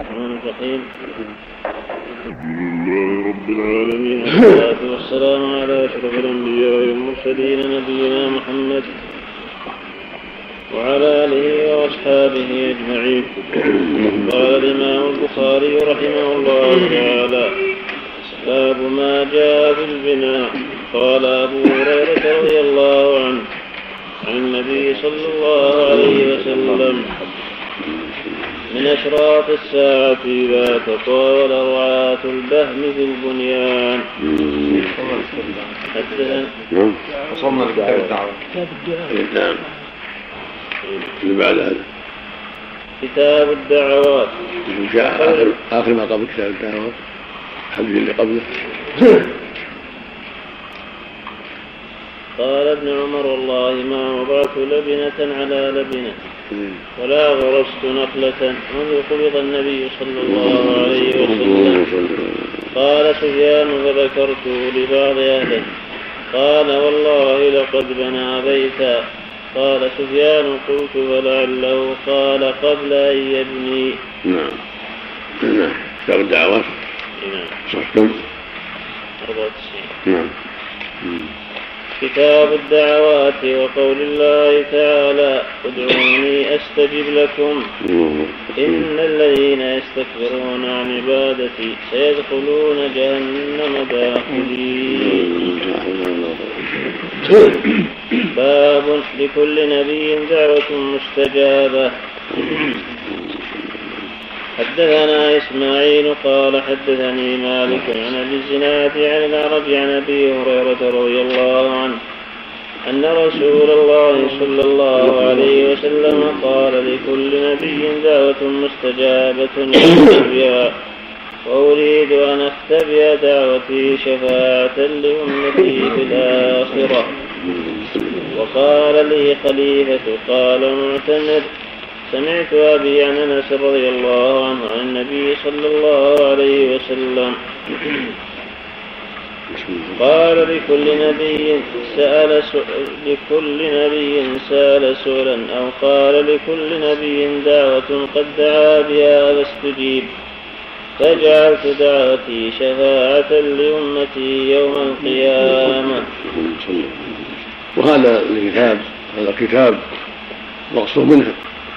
الرحمن الرحيم. الحمد لله رب العالمين، والصلاة والسلام على أشرف الأنبياء والمرسلين نبينا محمد وعلى آله وأصحابه أجمعين. قال الإمام البخاري رحمه الله تعالى: باب ما جاء في البناء. قال أبو هريرة رضي الله عنه عن النبي صلى الله عليه وسلم: من أشراط الساعة إذا تطاول رعاة البهم في البنيان. وصلنا لكتاب الدعوة. نعم. اللي بعد هذا كتاب الدعوات. آخر ما قبل كتاب الدعوات الحديث اللي قبله. قال ابن عمر: والله ما وضعت لبنة على لبنة ولا غرست نخلة منذ قبض النبي صلى الله عليه وسلم. قال سفيان: فذكرته لبعض أهله. قال: والله لقد بنى بيتا. قال سفيان: قلت: فلعله قال قبل أن يبني. نعم. كتاب الدعوات. صحتم 94. نعم. كتاب الدعوات. وقول الله تعالى: ادعوني أستجب لكم إن الذين يستكبرون عن عبادتي سيدخلون جهنم داخلين. باب لكل نبي دعوة مستجابة. حدثنا إسماعيل قال حدثني مالك عن أبي الزناد عن الأعرج عن أبي هريرة رضي الله عنه أن رسول الله صلى الله عليه وسلم قال: لكل نبي دعوة مستجابة يختبئها، وأريد أن أختبئ دعوتي شفاعة لأمتي في الآخرة. وقال لي خليفة قال معتمر: سمعت أبي عن أنس رضي الله عنه عن النبي صلى الله عليه وسلم قال: لكل نبي سأل سؤلا، أو قال: لكل نبي دعوة قد دعا بها فاستجيب، فجعلت دعوتي شفاعة لأمتي يوم القيامة. وهذا الكتاب مقصود منه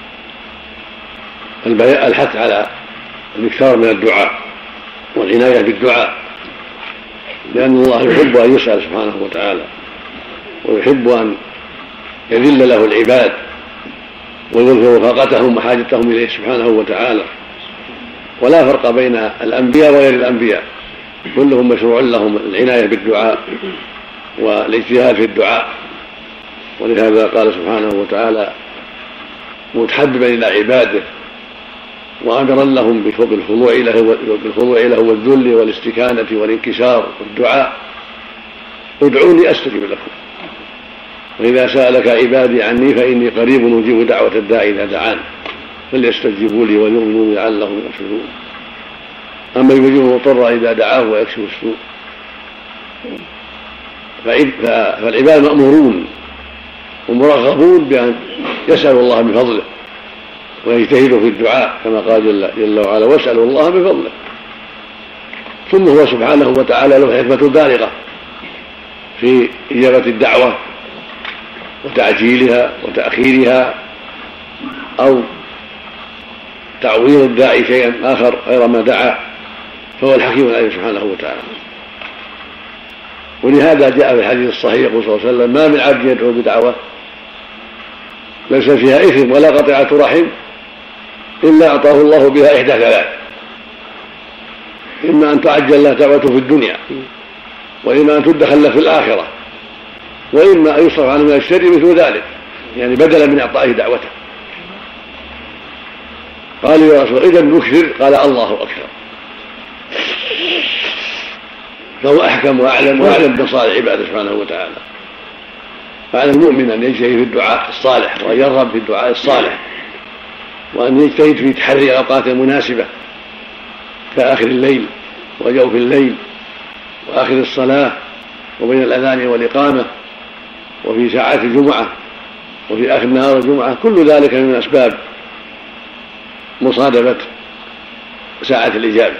الحث على الاكثار من الدعاء والعناية بالدعاء، لأن الله يحب أن يسأل سبحانه وتعالى، ويحب أن يذل له العباد ويظهر رفاقتهم وحاجتهم إليه سبحانه وتعالى. ولا فرق بين الأنبياء وغير الأنبياء، كلهم مشروع لهم العناية بالدعاء والاجتهاد في الدعاء. ولهذا قال سبحانه وتعالى متحببا إلى عباده وأمرا لهم بالخضوع له والذل والاستكانة والانكسار والدعاء: ادعوني أستجب لكم، وإذا سألك عبادي عني فإني قريب أجيب دعوة الداعي إذا دعان فليستجيبوا لي وليؤمنوا لعلهم يرشدون. أما يجيب المضطر إذا دعاه ويكشف السوء. فالعباد مأمورون ومرغبون بأن يسألوا الله بفضله ويجتهدوا في الدعاء، كما قال جل وعلا: واسألوا الله بفضله. ثم هو سبحانه وتعالى له حكمة بالغة في إجابة الدعوة وتعجيلها وتأخيرها، أو تعويض الداعي شيئا آخر غير ما دعا، فهو الحكيم عليه سبحانه وتعالى. ولهذا جاء في الحديث الصحيح يقول صلى الله عليه وسلم: ما من عبد يدعو بدعوة ليس فيها إثم ولا قطيعة رحم إلا أعطاه الله بها إحدى ثلاث: إما أن تعجل له دعوته في الدنيا، وإما أن تدخل له في الآخرة، وإما أن يصرف عنه من الشر مثل ذلك، يعني بدلا من إعطائه دعوته. قال: يا رسول الله إذن نكثر؟ قال: الله أكثر. فهو أحكم وأعلم بمصالح عباده سبحانه وتعالى. فعلى المؤمن أن يجتهد في الدعاء الصالح وأن يرغب في الدعاء الصالح، وأن يجتهد في تحري الأوقات المناسبة كآخر الليل وجوف الليل وآخر الصلاة وبين الأذان والإقامة وفي ساعات الجمعة وفي آخر نهار الجمعة. كل ذلك من أسباب مصادفة ساعة الإجابة.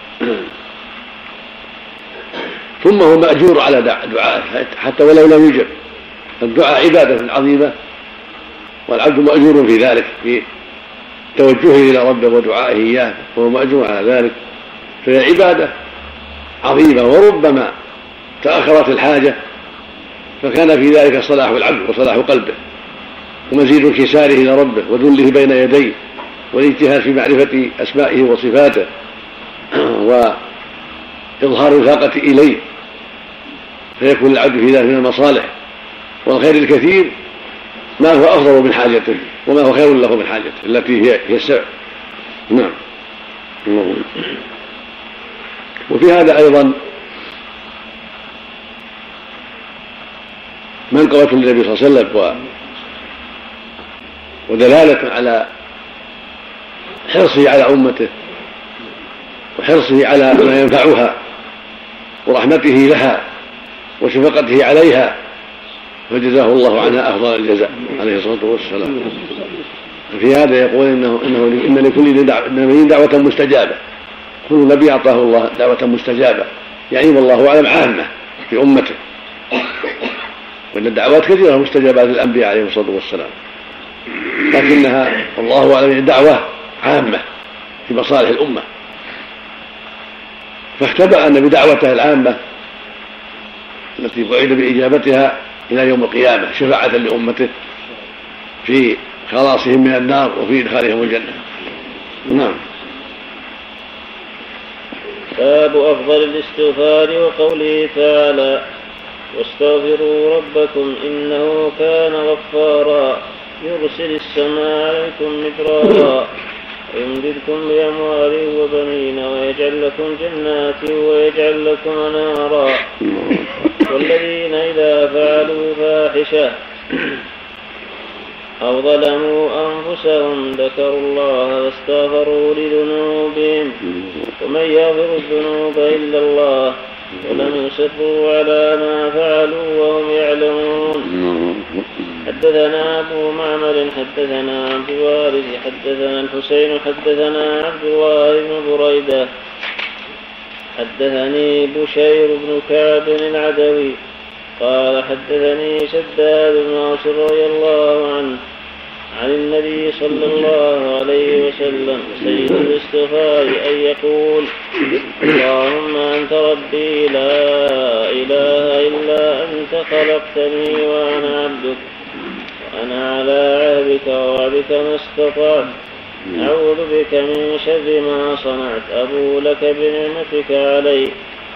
ثم هو مأجور على دعائه حتى ولو لم يجب. الدعاء عبادة عظيمة، والعبد مأجور في ذلك، في توجهه إلى ربه ودعائه إياه، وهو مأجور على ذلك، فهي عبادة عظيمة. وربما تأخرت الحاجة فكان في ذلك صلاح العبد وصلاح قلبه ومزيد انكساره إلى ربه وذله بين يديه والاجتهاد في معرفة أسمائه وصفاته وإظهار الفاقة إليه، فيكون العبد في ذلك من المصالح والخير الكثير ما هو أفضل من حاجته وما هو خير له من حاجته التي هي السبب. نعم. وفي هذا أيضا منقبة للنبي صلى الله عليه وسلم ودلالة على حرصه على أمته وحرصه على ما ينفعها ورحمته لها وشفقته عليها، فجزاه الله عنها أفضل الجزاء عليه الصلاة والسلام. في هذا يقول إن لكل نبي دعوة مستجابة، كل نبي أعطاه الله دعوة مستجابة، يعني والله أعلم عامة في أمته، وإن الدعوات كثيرة مستجابات للأنبياء عليه الصلاة والسلام، لكنها الله أعلم دعوة عامة في مصالح الأمة، فاختبأ أن بدعوته العامة التي بعد بإجابتها إلى يوم القيامة شفاعة لأمته في خلاصهم من النار وفي إدخالهم الجنة. نعم. باب أفضل الاستغفار وقوله تعالى: واستغفروا ربكم إنه كان غفارا يرسل السماء عليكم مدرارا ويمددكم بأموال وبنين ويجعل لكم جنات ويجعل لكم أنهارا والذين إذا فعلوا فاحشة أو ظلموا أنفسهم ذكروا الله واستغفروا لذنوبهم ومن يغفر الذنوب إلا الله ولم يصروا على ما فعلوا وهم يعلمون. حدثنا أبو معمر حدثنا عبد الوارث حدثنا الحسين حدثنا عبد الله بن بريدة حدثني بشير بن كعب العدوي قال حدثني شداد بن عاص رضي الله عنه عن النبي صلى الله عليه وسلم: سيد الاستغفار أن يقول: اللهم أنت ربي لا إله إلا أنت خلقتني وأنا عبدك وأنا على عهدك ووعدك ما استطعت أعوذ بك من شر ما صنعت أبوء لك بنعمتك علي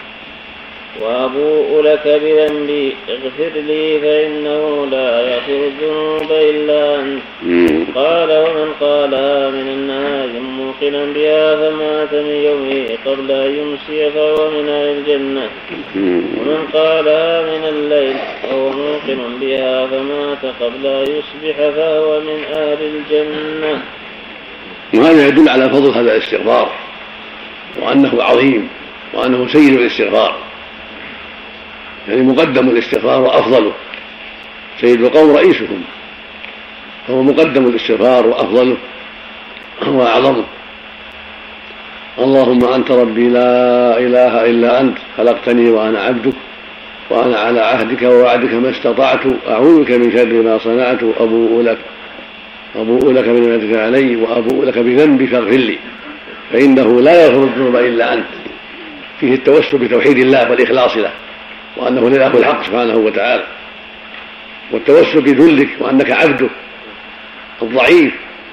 وأبوء لك بذنبي اغفر لي فإنه لا يغفر الذنوب إلا أنت. قال: ومن قالها من النهار موقنا بها فمات من يومه قبل أن يمسي فهو من أهل الجنة، ومن قالها من الليل وهو موقن بها فمات قبل أن يصبح فهو من أهل الجنة. وهذا يدل على فضل هذا الاستغفار وأنه عظيم وأنه سيد الاستغفار، يعني مقدم الاستغفار وأفضله، سيد القوم رئيسهم، فهو مقدم الاستغفار وأفضله وأعظمه. اللهم أنت ربي لا إله إلا أنت خلقتني وأنا عبدك وأنا على عهدك ووعدك ما استطعت أعوذ بك من شر ما صنعت أبوء لك بنعمتك علي وأبوء لك بذنبي فاغفر لي فإنه لا يغفر الذنوب إلا أنت. فيه التوسل بتوحيد الله والإخلاص له وأنه الإله الحق سبحانه وتعالى، والتوسل بذلك وأنك عبده الضعيف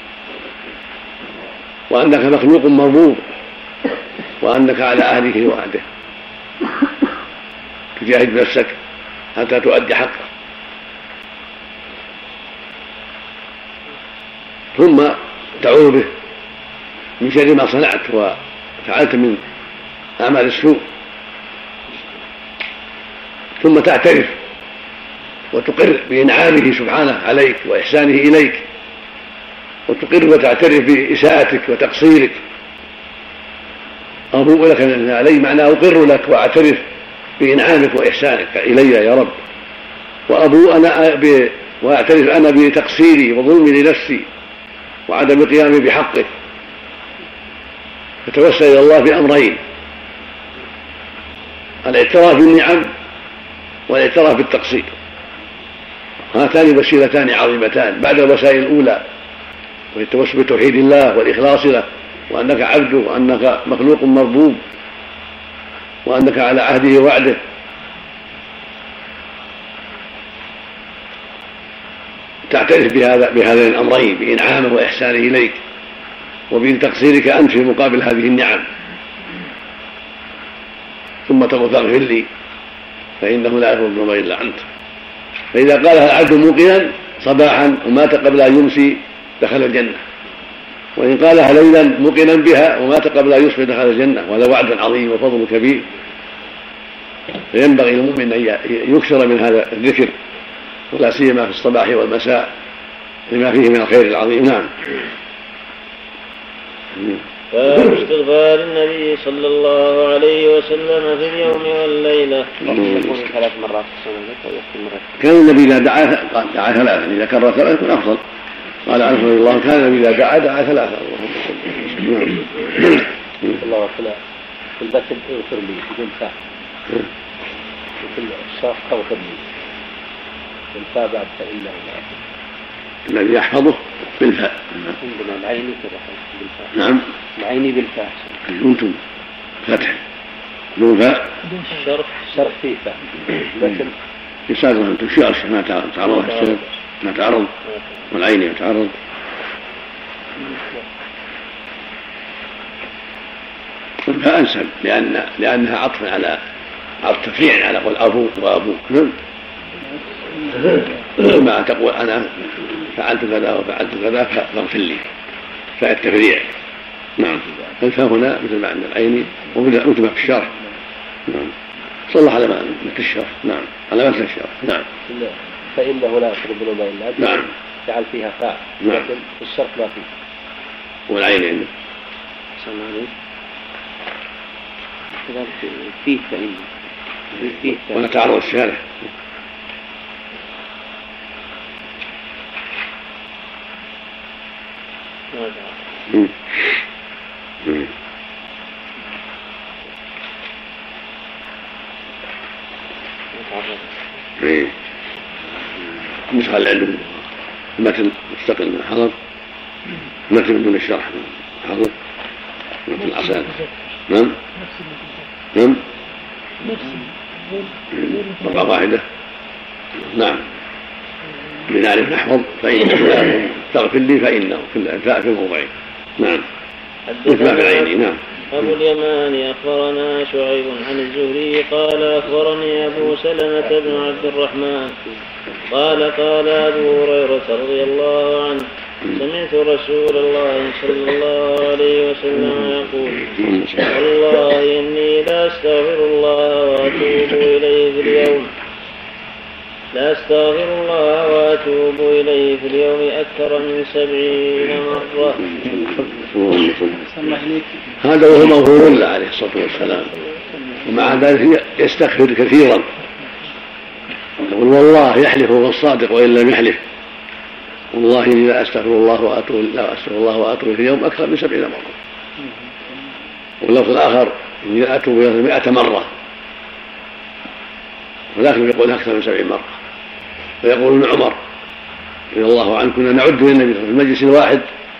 وأنك مخلوق مربوط وأنك على أهله وعده تجاهد نفسك حتى تؤدي حقه، ثم تعوذ به من شر ما صنعت وفعلت من أعمال السوء، ثم تعترف وتقر بإنعامه سبحانه عليك وإحسانه إليك، وتقر وتعترف بإساءتك وتقصيرك. أبوء لك من علي معناه أقر لك وأعترف بإنعامك وإحسانك إلي يا رب، وأعترف أنا بتقصيري وظلمي لنفسي وعدم قيامي بحقك، يتوسل إلى الله بأمرين: الاعتراف بالنعم والاعتراف بالتقصير. هاتان وسيلتان عظيمتان بعد الوسائل الأولى، وهي التوسل بتوحيد الله والإخلاص له، وأنك عبده، وأنك مخلوق مربوب، وأنك على عهده ووعده. تعترف بهذين الأمرين، بإنعامه وإحسانه إليك، وبإن تقصيرك أنت في مقابل هذه النعم. ثم تقول: فاغفر لي فإنه لا يغفر الذنوب إلا أنت. فإذا قالها العبد موقنا صباحا ومات قبل أن يمسي دخل الجنة، وإن قالها ليلا موقنا بها ومات قبل أن يصبح دخل الجنة، وهذا وعد عظيم وفضل كبير. فينبغي للمؤمن أن يكثر من هذا الذكر، ولا سيما في الصباح والمساء، لما فيه من الخير العظيم. نعم. باب استغفار النبي صلى الله عليه وسلم في اليوم والليلة. يكون 3 مرات في السنة مرات. كان النبي إذا دعا ثلاثا، إذا كرر 3 يكون أفضل. قال عنه رضي الله: كان النبي إذا دعا 3. الله وكلا في البث اغفر لي بدون فاء، وفي الشرح اغفر لي بالفاء بعد فإنه الذي يحفظه بالفاء. عندنا العين بالفاء. نعم، العين بالفاء. أنتم فتح بدون فاء. الشرح فيه فاء، لكن يساعد أنتم شيء ما تعرض الشرح، ما تعرض، والعين يتعرض. والفاء أنسب لأنها عطف على تفريع على قول أبو وأبوك. ما تقول أنا فعلت كذا وفعلت كذا فاغفر لي، فالتفريع. نعم. الفاء هنا مثل ما عند العين ومثل ما في الشرح. نعم. صلح على مثل الشرح. نعم، على مثل الشرح. نعم. فإنه لا يغفر الذنوب إلا أنت. نعم. جعل فيها فاء، نعم. لكن في الشرح ما فيه. والعين عنده. كذلك فيه فإنه فيه فاء. ولا تعرض الشارح. النسخة اللي عندهم المتن مستقل من حضر، متن بدون الشرح حضر، متن العسال. نعم. نعم. طبعا واحدة. نعم. بنعرف نحفظ فإنه تغفر لي فإنه الفاء في موضعين. نعم. مثل في العين. نعم. أبو اليمان أخبرنا شعيب عن الزهري قال أخبرني أبو سلمة بن عبد الرحمن قال قال أبو هريرة رضي الله عنه: سمعت رسول الله صلى الله عليه وسلم يقول: والله إني لأستغفر الله وأتوب إليه في اليوم أكثر من 70 مرة. هذا وهو مغفور له عليه الصلاة والسلام، ومع ذلك يستغفر كثيرا. يقول: والله يحلف هو الصادق وإن لم يحلف، والله إني لا أستغفر الله وأتوب في اليوم أكثر من 70 مرة. واللفظ الآخر: إني أتوب 100 مرة، ولكن يقول أكثر من 70 مرة. ويقول ابن عمر رضي الله عنه: كنا نعد للنبي في المجلس الواحد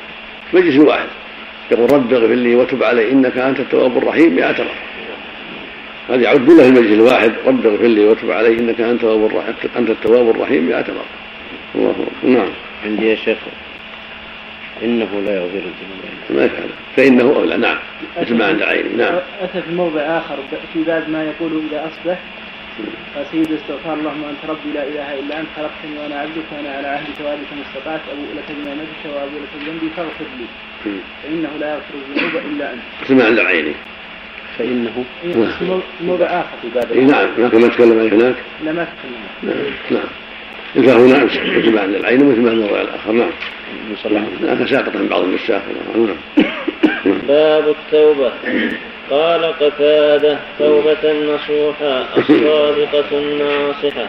يقول: رب اغفر لي وتب علي إنك أنت التواب الرحيم 100 مرة. هذا يعد له في المجلس الواحد: رب اغفر لي وتب علي إنك أنت التواب الرحيم 100 مرة. الله أكبر. نعم. عندي يا شيخ إنه لا يغفر الذنوب ما يفعل فإنه أولى. نعم، مثل ما عند عيني. نعم. أتى في موضع آخر في باب ما يقول إذا أصبح: فسيد استغفر اللهم أنت ربي لا إله إلا أنت خلقتني وأنا عبدك وأنا على عهدك ووعدك ما استطعت أبوء لك بنعمتك وأبوء لك بذنبي فاغفر لي فإنه لا يغفر الذنوب إلا أنت. مثل ما عند عيني. فإنه في موضع آخر في باب. نعم، لكن ما تكلم عن هناك. لا ما تكلم. نعم. فهنا أمسك مثل ما عند العين ومثل ما عند الموضع الآخر. نعم. هذا ساقط عن بعض النساخ. نعم. باب التوبة. قال قتادة: توبة نصوحا الصادقة الناصحة.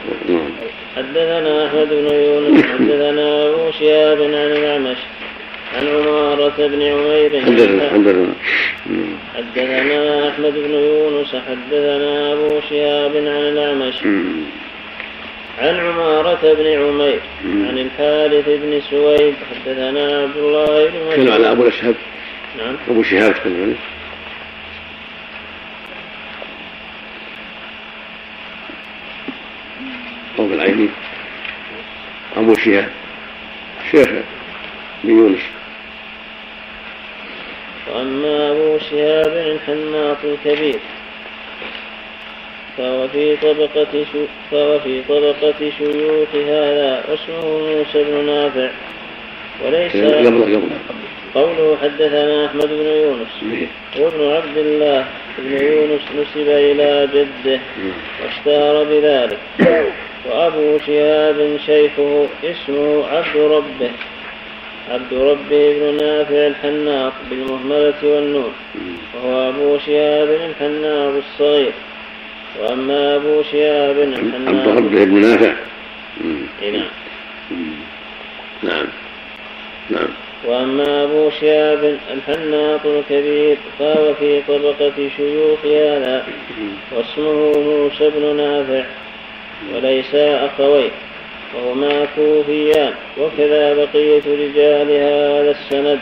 حدثنا أحمد بن يونس حدثنا أبو شهاب عن الأعمش عن عمارة بن عمير حدثنا أحمد بن يونس حدثنا أبو شهاب عن الأعمش عن عمارة بن عمير عن الحارث بن سويد حدثنا عبد الله بن مسعود. كان على أبو الأشهب. نعم. أبو شهاب تكلم عنه. أو بالعينين. أبو شهاب شيخ بن يونس. وأما أبو شهاب الحناط الكبير فهو في طبقة شيوخ هذا واسمه موسى بن نافع وليس قوله حدثنا أحمد بن يونس وابن عبد الله بن يونس نسب إلى جده واشتهر بذلك. وأبو شهاب شيخه اسمه عبد ربه بن نافع الحناط بالمهملة والنون وهو أبو شهاب الحناط الصغير. وأما أبو شهاب الحناط عبد ربه بن نافع. نعم. وأما أبو شهاب الحناط الكبير فهو في طبقة شيوخ هذا واسمه موسى بن نافع وليس أخويه وهما كوفيان وكذا بقية رجال هذا السند.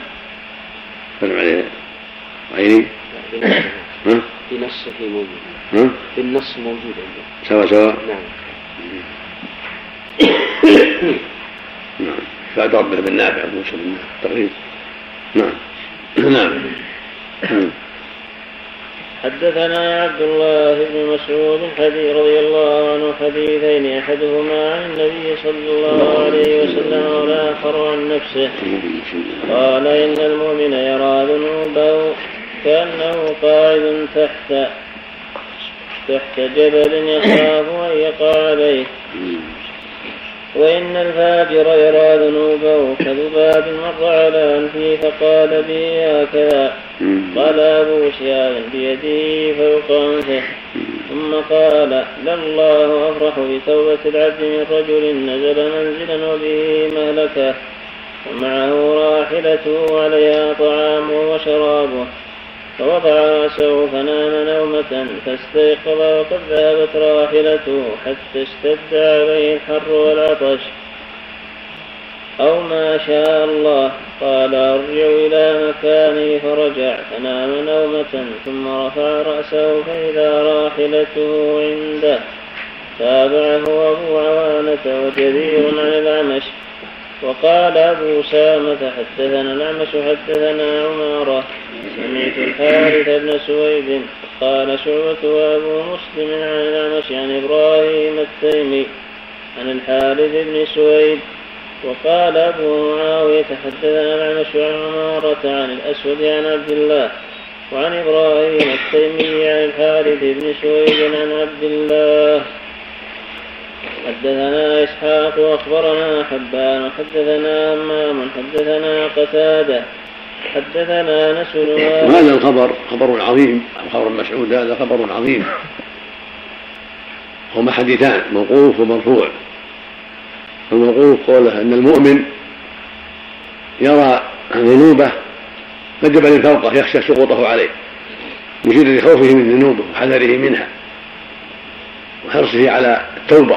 عيني في نصه موجود. في النص موجود سواء. نعم. نعم. فعد ربه بن نافع موسى بن نافع تقريبا. نعم. حدثنا عبد الله بن مسعود رضي الله عنه حديثين أحدهما عن النبي صلى الله عليه وسلم والآخر عن نفسه قال إن المؤمن يرى ذنوبه كأنه قاعد تحت جبل يخاف أن يقع عليه وإن الفاجر يرى ذنوبه كذباب مر على أنفه فقال به هكذا. قال أبو شهاب بيده فوق أنفه ثم قال لله أفرح بتوبة العبد من رجل نزل منزلا وبه مهلكة ومعه راحلته عليها طعامه وشرابه فوضع رأسه فنام نومة فاستيقظ وقد ذهبت راحلته حتى اشتد عليه الحر والعطش أو ما شاء الله قال أرجع إلى مكانه فرجع فنام نومة ثم رفع رأسه فإذا راحلته عنده. تابعه أبو عوانة وجرير عن الأعمش. وقال أبو سامة حدثنا الأعمش حدثنا عمارة سمعت الحارث بن سويد قال شعبة وأبو مسلم عن الأعمش عن إبراهيم التيمي عن الحارث بن سويد. وقال أبو معاوية حدثنا الأعمش عن عمارة عن الأسود عن عبد الله وعن إبراهيم التيمي عن الحارث بن سويد عن عبد الله. حدثنا إسحاق وأخبرنا حبان حدثنا همام حدثنا قتادة حدثنا أنس بن مالك. وهذا الخبر خبر عظيم. خبر مسعود هذا خبر عظيم. هما حديثان موقوف ومرفوع. الموقوف قوله أن المؤمن يرى ذنوبه كجبل فوقه يخشى سقوطه عليه من شدة خوفه من ذنوبه وحذره منها وحرصه على التوبة.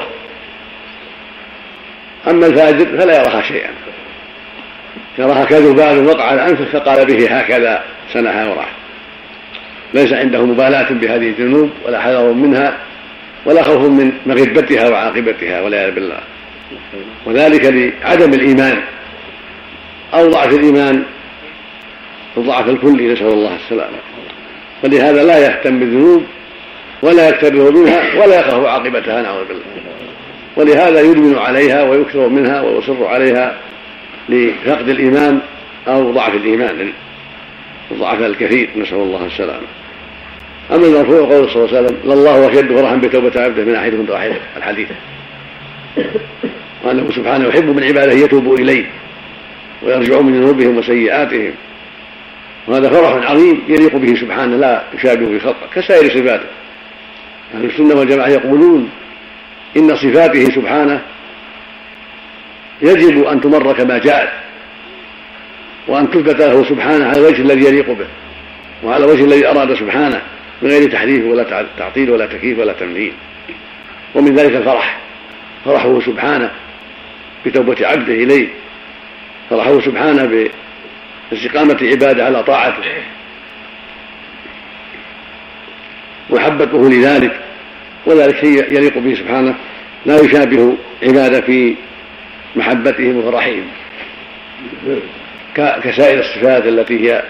أما الفاجر فلا يراها شيئا يراها كذباب وقع على أنفه فقال به هكذا سنها وراح. ليس عنده مبالاة بهذه الذنوب ولا حذر منها ولا خوف من مغبتها وعاقبتها والعياذ بالله. وذلك لعدم الإيمان أو ضعف الإيمان الضعف الكلي نسأل الله السلامة. فلهذا لا يهتم بالذنوب ولا يكتبه منها ولا يخاف عاقبتها نعوذ بالله. ولهذا يدمن عليها ويكثر منها ويصر عليها لفقد الإيمان أو ضعف الإيمان الضعف الكثير نسأل الله السلامة. أما المرفوع قول صلى الله عليه وسلم لله أشد فرحا بتوبة عبده من أحدكم راحلته الحديث وأنه سبحانه يحب من عباده يتوبوا إليه ويرجعوا من ذنوبهم وسيئاتهم. وهذا فرح عظيم يليق به سبحانه لا يشابه في خلقه كسائر صفاته. أهل السنة والجماعة يقولون إن صفاته سبحانه يجب أن تمر كما جاءت وأن تثبت له سبحانه على الوجه الذي يليق به وعلى الوجه الذي أراد سبحانه من غير تحريف ولا تعطيل ولا تكييف ولا تمثيل. ومن ذلك الفرح، فرحه سبحانه بتوبة عبده إليه، فرحه سبحانه باستقامة عباده على طاعته، محبته لذلك، وذلك شيء يليق به سبحانه لا يشابه عباده في محبتهم وفرحهم كسائر الصفات التي هي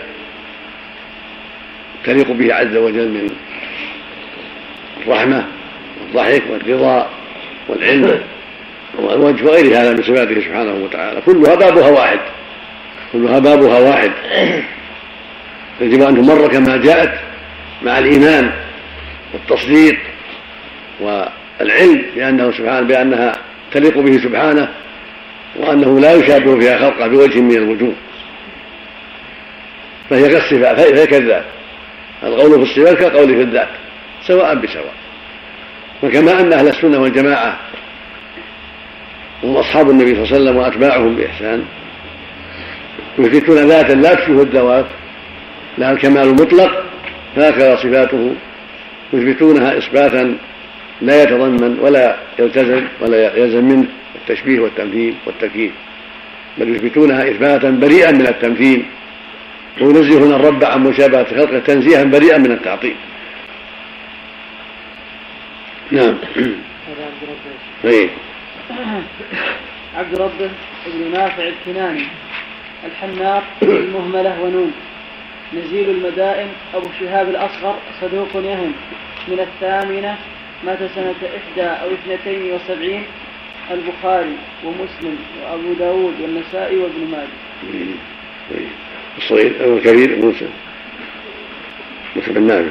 تليق به عز وجل من الرحمة والضحك والرضا والعلم والوجه وغير هذا من صفاته سبحانه وتعالى. كلها بابها واحد، يجب أن تمر كما جاءت مع الإيمان والتصديق والعلم بأنها تليق به سبحانه وأنه لا يشابه فيها خلقه بوجه من الوجوه، فهي كالصفات فهي كالذات، القول في الصفات كقول في الذات سواء بسواء. وكما أن أهل السنة والجماعة هم أصحاب النبي صلى الله عليه وسلم وأتباعهم بإحسان يثبتون ذاتا لا تشبه الذوات لها الكمال المطلق، هكذا صفاته يثبتونها إثباتا لا يتضمن ولا يلتزم ولا يلزم منه التشبيه والتمثيل والتكييف، بل يثبتونها إثباتا بريئا من التمثيل، وينزهون الرب عن مشابهة خلقه تنزيها بريئا من التعطيل. نعم. عبد ربه ابن نافع الكناني الحناق المهملة ونون نزيل المدائن أبو شهاب الأصغر صدوق يهم من 8 مات سنة 1 أو 72 البخاري ومسلم وأبو داود والنسائي وابن ماجه. الصغير أو الكبير موسى بن نافع.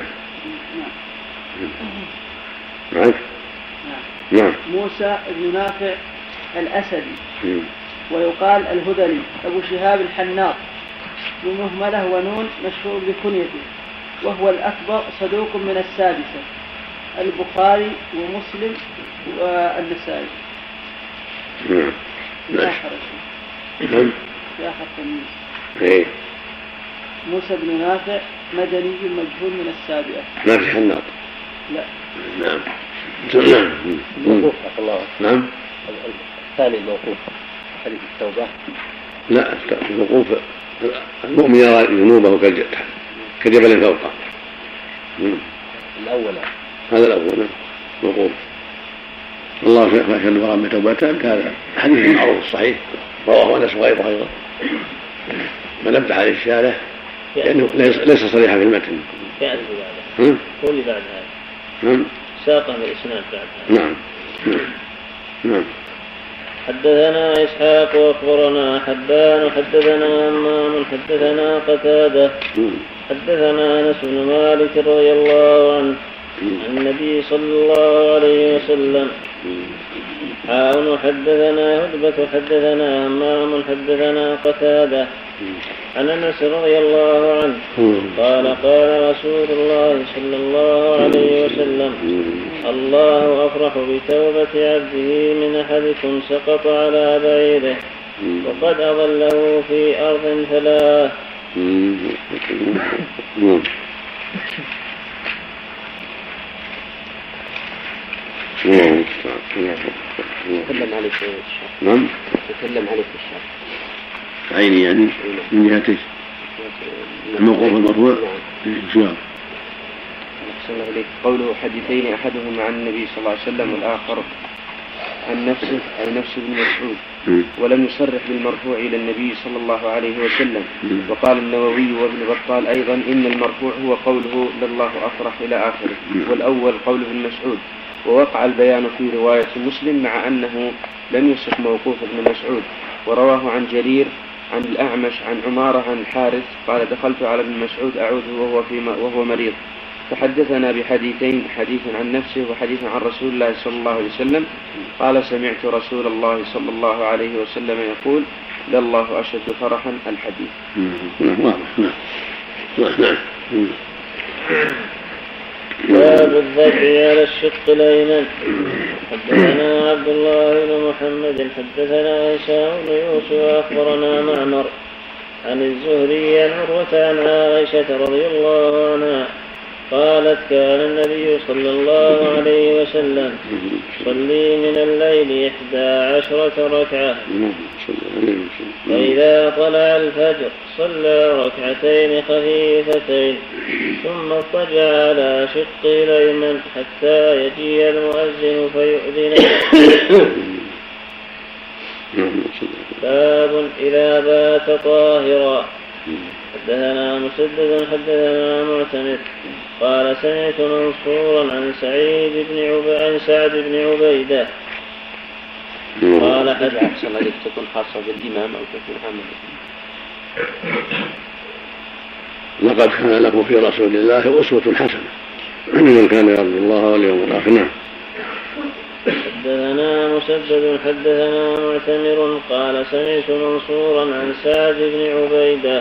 معك؟ نعم. موسى بن نافع الأسدي ويقال الهذلي أبو شهاب الحناق بمهملة ونون مشهور بكنيته، وهو الأكبر صدوق من 6 البخاري ومسلم والنسائي. في آخر تمييز موسى بن نافع مدني مجهول من 7. ما في حناط؟ لا. نعم. الموقوف الله. نعم. الثاني الموقوف حديث التوبة. لا، الموقوف المؤمن يرى ذنوبه كجبل فوقه. الأول هذا الأول موقوف. الله أشهد ورغم بتوبته، هذا حديث معروف صحيح رواه أنس وغيره أيضا، من أبدع عليه الشارع لأنه ليس صريحا في المتن. يأتي بعد هذا. قولي بعد هذا. ساقه بالإسناد بعد هذا. نعم. حدثنا إسحاق وأخبرنا حبان حدثنا همام حدثنا قتادة حدثنا أنس بن مالك رضي الله عنه عن النبي صلى الله عليه وسلم حدثنا هدبة حدثنا همام حدثنا قتادة عن أنس رضي الله عنه قال قال رسول الله صلى الله عليه وسلم الله أفرح بتوبة عبده من أحدكم سقط على بعيره وقد أضله في أرض 3. تكلم عليك الشر. نعم. تكلم عليك الشر. عيني يعني من جهة ايش؟ الموقوف المرفوع. نعم. أحسن إليك. قوله حديثين أحدهما عن النبي صلى الله عليه وسلم والآخر عن نفسه أي نفس ابن مسعود، ولم يصرح بالمرفوع إلى النبي صلى الله عليه وسلم. وقال النووي وابن بطال أيضا إن المرفوع هو قوله لله أفرح إلى آخره، والأول قوله ابن مسعود. ووقع البيان في رواية مسلم مع أنه لم يصح موقوف ابن مسعود، ورواه عن جرير عن الأعمش عن عمارة عن الحارث قال دخلت على ابن مسعود أعوذه وهو مريض، فحدثنا بحديثين، حديث عن نفسه وحديث عن رسول الله صلى الله عليه وسلم قال سمعت رسول الله صلى الله عليه وسلم يقول لله أشد فرحا الحديث. باب الذبح على الشق الأيمن. حدثنا عبد الله بن محمد حدثنا هشام بن يوسف وأخبرنا معمر عن الزهري عن عروة عن عائشة رضي الله عنها قالت كان النبي صلى الله عليه وسلم يصلي من الليل 11 ركعة، فإذا طلع الفجر صلى ركعتين خفيفتين ثم اضطجع على شقه الأيمن حتى يجيء المؤذن فيؤذن. باب إذا بات طاهرا. حدثنا مسدد حدثنا معتمر قال سمعت منصورا عن سعد بن عبيدة قال أحسن لك تكون خاصة بالإمام أو تكون عامة. لقد كان لكم في رسول الله أسوة حسنة لمن كان يرجو الله واليوم الآخر. حدثنا مسدد حدثنا معتمر قال سمعت منصورا عن سعد بن عبيدة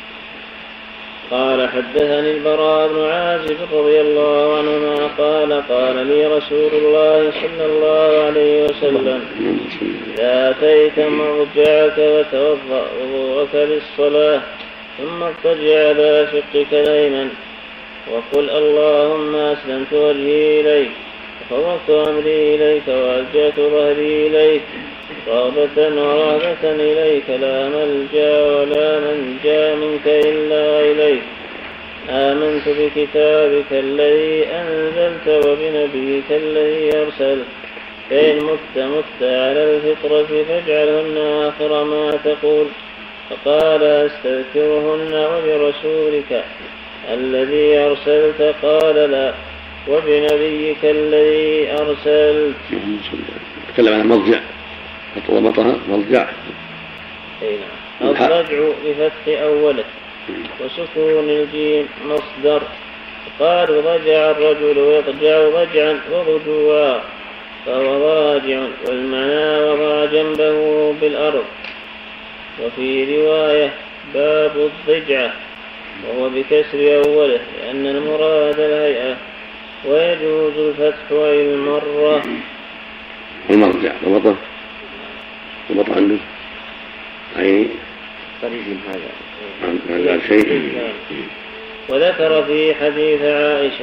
قال حدثني البراء بن عازب رضي الله عنهما قال لي رسول الله صلى الله عليه وسلم إذا أتيت مرجعك وتوضأ وضوءك للصلاة ثم اضطجع على شقك الأيمن وقل اللهم أسلمت وجهي إليك وفوضت أمري إليك وألجأت ظهري إليك رغبة ورهبة إليك لا ملجأ ولا منجا منك إلا إليك آمنت بكتابك الذي أنزلت وبنبيك الذي أرسلت فإن مت على الفطرة فاجعلهن آخر ما تقول. فقال أستذكرهن وبرسولك الذي أرسلت قال لا وبنبيك الذي أرسلت. تكلم عن مضجع فضبطها مضجع. الضجع بفتح أوله وسكون الجيم مصدر. قالوا ضجع الرجل ويضجع ضجعا ورجوعا فهو ضاجع والمعنى وضع جنبه بالأرض. وفي رواية باب الضجعة وهو بكسر أوله لأن المراد الهيئة ويجوز الفتح أي المرة. المرجع ضبطه عنده أي قريب من هذا شيء. وذكر في حديث عائشة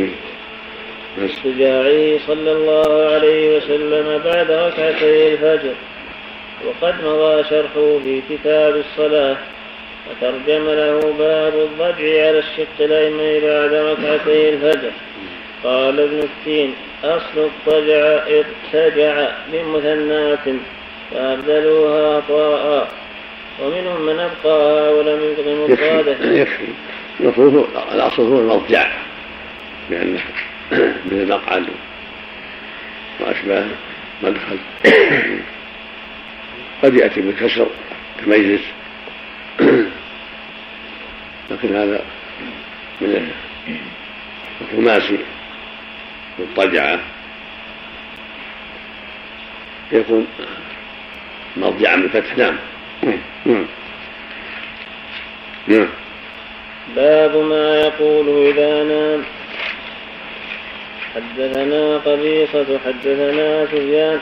اضطجاعه صلى الله عليه وسلم بعد ركعتي الفجر وقد مضى شرحه في كتاب الصلاة وترجم له باب الضجع على الشق الأيمن بعد ركعتي الفجر. قال ابن التين أصل اضطجع بمثنات فأبدلوها طاء ومنهم من أبقاها ولم يبق مفراده. يكفي المفروض الأصل هو المضجع لأنه من المقعد وأشباه مدخل قد يأتي بالكسر كمجلس لكن هذا من الخماسي والطجعة يكون مضجعا بالفتح. نعم. باب ما يقول إذا نام. حدثنا قبيصة حدثنا سفيان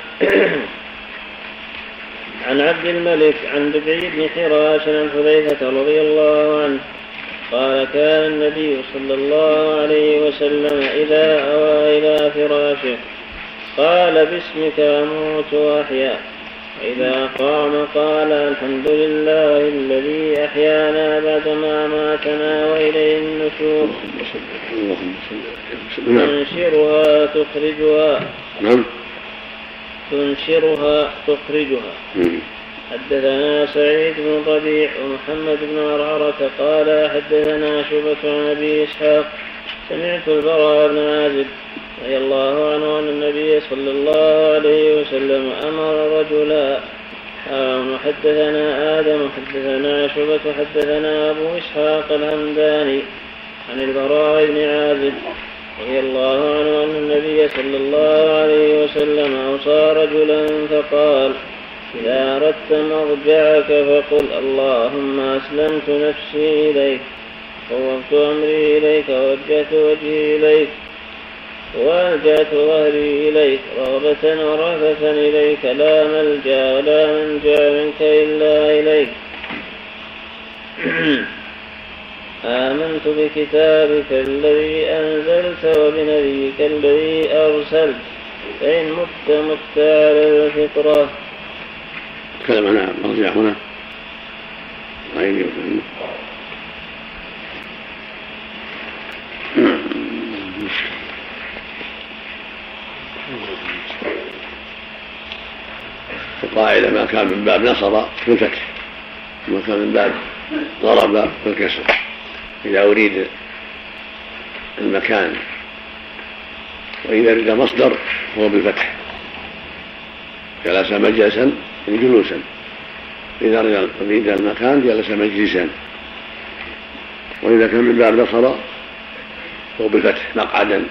عن عبد الملك عن ربيع بن حراش عن حذيفة رضي الله عنه قال كان النبي صلى الله عليه وسلم إذا أوى إلى فراشه قال باسمك أموت وأحيا وإذا قام قال الحمد لله الذي أحيانا بعدما أماتنا وإليه النشور. تنشرها تخرجها. حدثنا سعيد بن ربيع ومحمد بن عرعرة قال حدثنا شعبة عن أبي إسحاق سمعت البراء بن عازب رضي الله عنه أن النبي صلى الله عليه وسلم أمر رجلا. حدثنا آدم حدثنا شعبة حدثنا أبو إسحاق الهمداني عن البراء بن عازب رضي الله عنه أن النبي صلى الله عليه وسلم أوصى رجلا فقال إذا أردت مرجعك فقل اللهم أسلمت نفسي إليك فوضت أمري إليك ووجهت وجهي إليك وألجأت ظهري إليك رغبة ورهبة إليك لا ملجأ ولا منجا منك إلا إليك آمنت بكتابك الذي أنزلت وبنبيك الذي أرسلت فإن مت على الفطرة. تكلم عنها مرجع هنا القاعدة ما كان من باب نصر بالفتح وما كان من باب ضرب بالكسر. إذا أريد المكان وإذا أريد مصدر هو بالفتح جلس مجلسا جلوسا، إذا أريد المكان جلس مجلسا، وإذا كان من باب نصر هو بالفتح مقعدا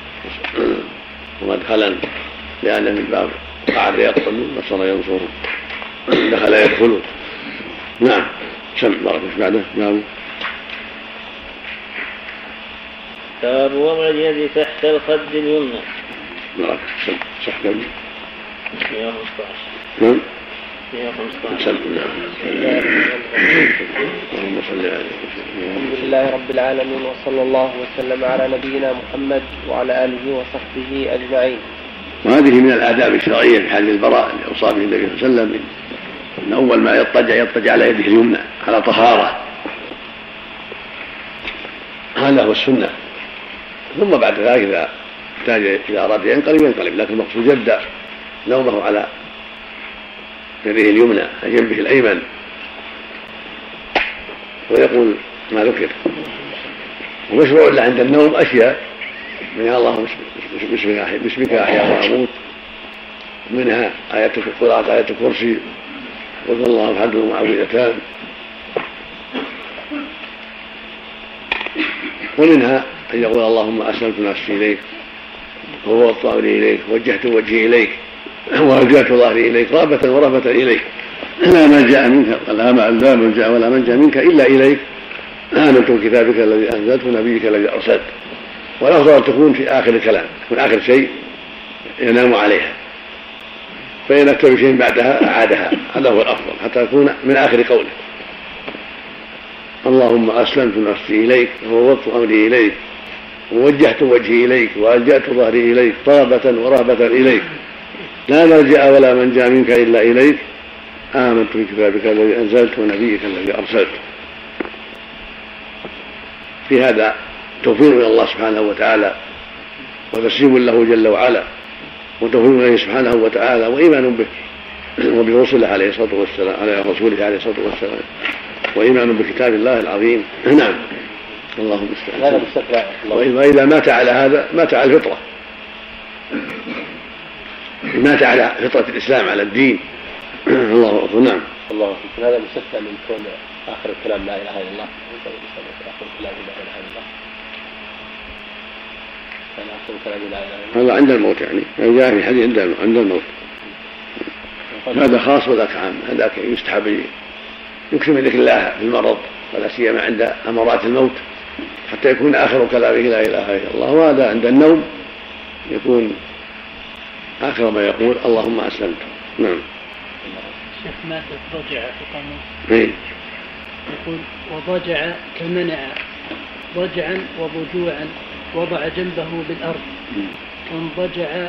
ومدخلا، لأن من باب قعد يدخل نصر ينصر دخل يدخل. نعم. سمع بارك بعده. نعم. باب وضع اليد تحت الخد اليمنى. بارك صح كم 115. نعم 115. سمع. اللهم صل على الحمد لله رب العالمين، وصلى الله وسلم على نبينا محمد وعلى آله وصحبه أجمعين. وهذه من الآداب الشرعية في حال البراء اللي أوصى به النبي صلى الله عليه وسلم أن أول ما يضطجع على يده اليمنى على طهارة، هذا هو السنة. ثم بعد ذلك إذا احتاج إذا أراد ينقلب، لكن المقصود يبدأ نومه على يده اليمنى على جنبه الأيمن ويقول ما ذكر. ومشروع له عند النوم أشياء منها اللهم باسمك أحيا وأموت، منها قراءة آية الكرسي وقل الله أحد ومعوذتان، ومنها أن يقول اللهم أسلمت نفسي إليك وفوضت أمري إليك ووجهت وجهي إليك وألجأت ظهري إليك رغبة ورهبة إليك، لا ملجأ منك ولا منجأ منك إلا إليك، آمنت بكتابك الذي أنزلت ونبيك الذي أرسلت. والأفضل أن تكون في آخر الكلام، تكون آخر شيء ينام عليها، فإن أتى بشيء بعدها أعادها، هذا هو الأفضل حتى تكون من آخر قوله اللهم أسلمت نفسي إليك وفوضت أمري إليك ووجهت وجهي إليك وألجأت ظهري إليك رغبة ورهبة إليك، لا ملجأ ولا منجا منك إلا إليك، آمنت بكتابك الذي أنزلت ونبيك الذي أرسلت. في هذا توفيق إلى الله سبحانه وتعالى وتسليم له جل وعلا وتوفيق إليه سبحانه وتعالى وإيمان به وبرسوله عليه الصلاة والسلام وإيمان بكتاب الله العظيم. نعم. اللهم استعان. وإذا مات على هذا مات على الفطرة، مات على فطرة الإسلام على الدين. الله أكبر. نعم. الله أكبر. هذا مستثنى من كون آخر الكلام لا إله إلا الله، آخر الكلام لا إله إلا الله، كان آخر الكلام لا إله إلا الله هذا عند الموت، يعني جاء في حديث عند الموت، هذا خاص وذاك عام. هذاك يستحب يكثر من ذكر الله في المرض ولا سيما عند أمرات الموت حتى يكون آخر كلامه لا إله إلا الله، وهذا عند النوم يكون آخر ما يقول اللهم أسلمت. نعم. شيخ مات ضجع في قانون يقول وضجع كمنع ضجعا وضجوعا وضع جنبه بالأرض، وانضجع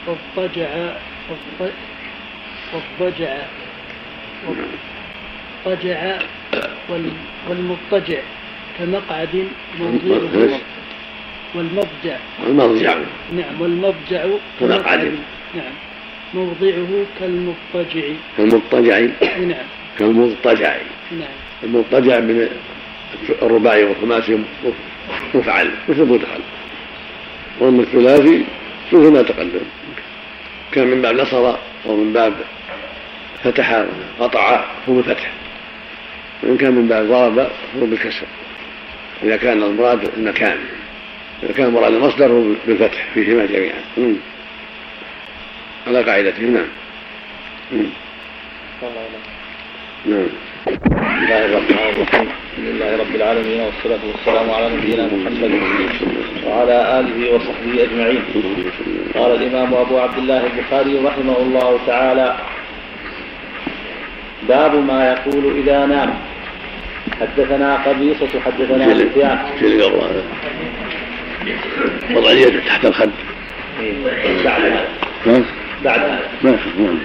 والضجع والمضطجع كمقعد موضعه والمضجع نعم والمضجع كمقعد نعم موضعه كالمضطجع نعم المضطجع من الرباعي والخماسي مفعل مثل مدخل، ومن الثلاثي مثل ما تقدم، كان من باب نصر ومن باب فتح قطع هو بالفتح، وإن كان من باب ضرب هو بالكسر إذا كان المراد المكان، إذا كان مراد المصدر هو بالفتح فيهما جميعا على قاعدته. نعم. نعم. الحمد لله رب العالمين، والصلاة والسلام على نبينا محمد وعلى آله وصحبه أجمعين. قال الإمام أبو عبد الله البخاري رحمه الله تعالى: باب ما يقول إذا نام. حدثنا قبيصة حدثنا سفيان. شيء قبل هذا وضع اليد تحت الخد بعد هذا. بعد هذا.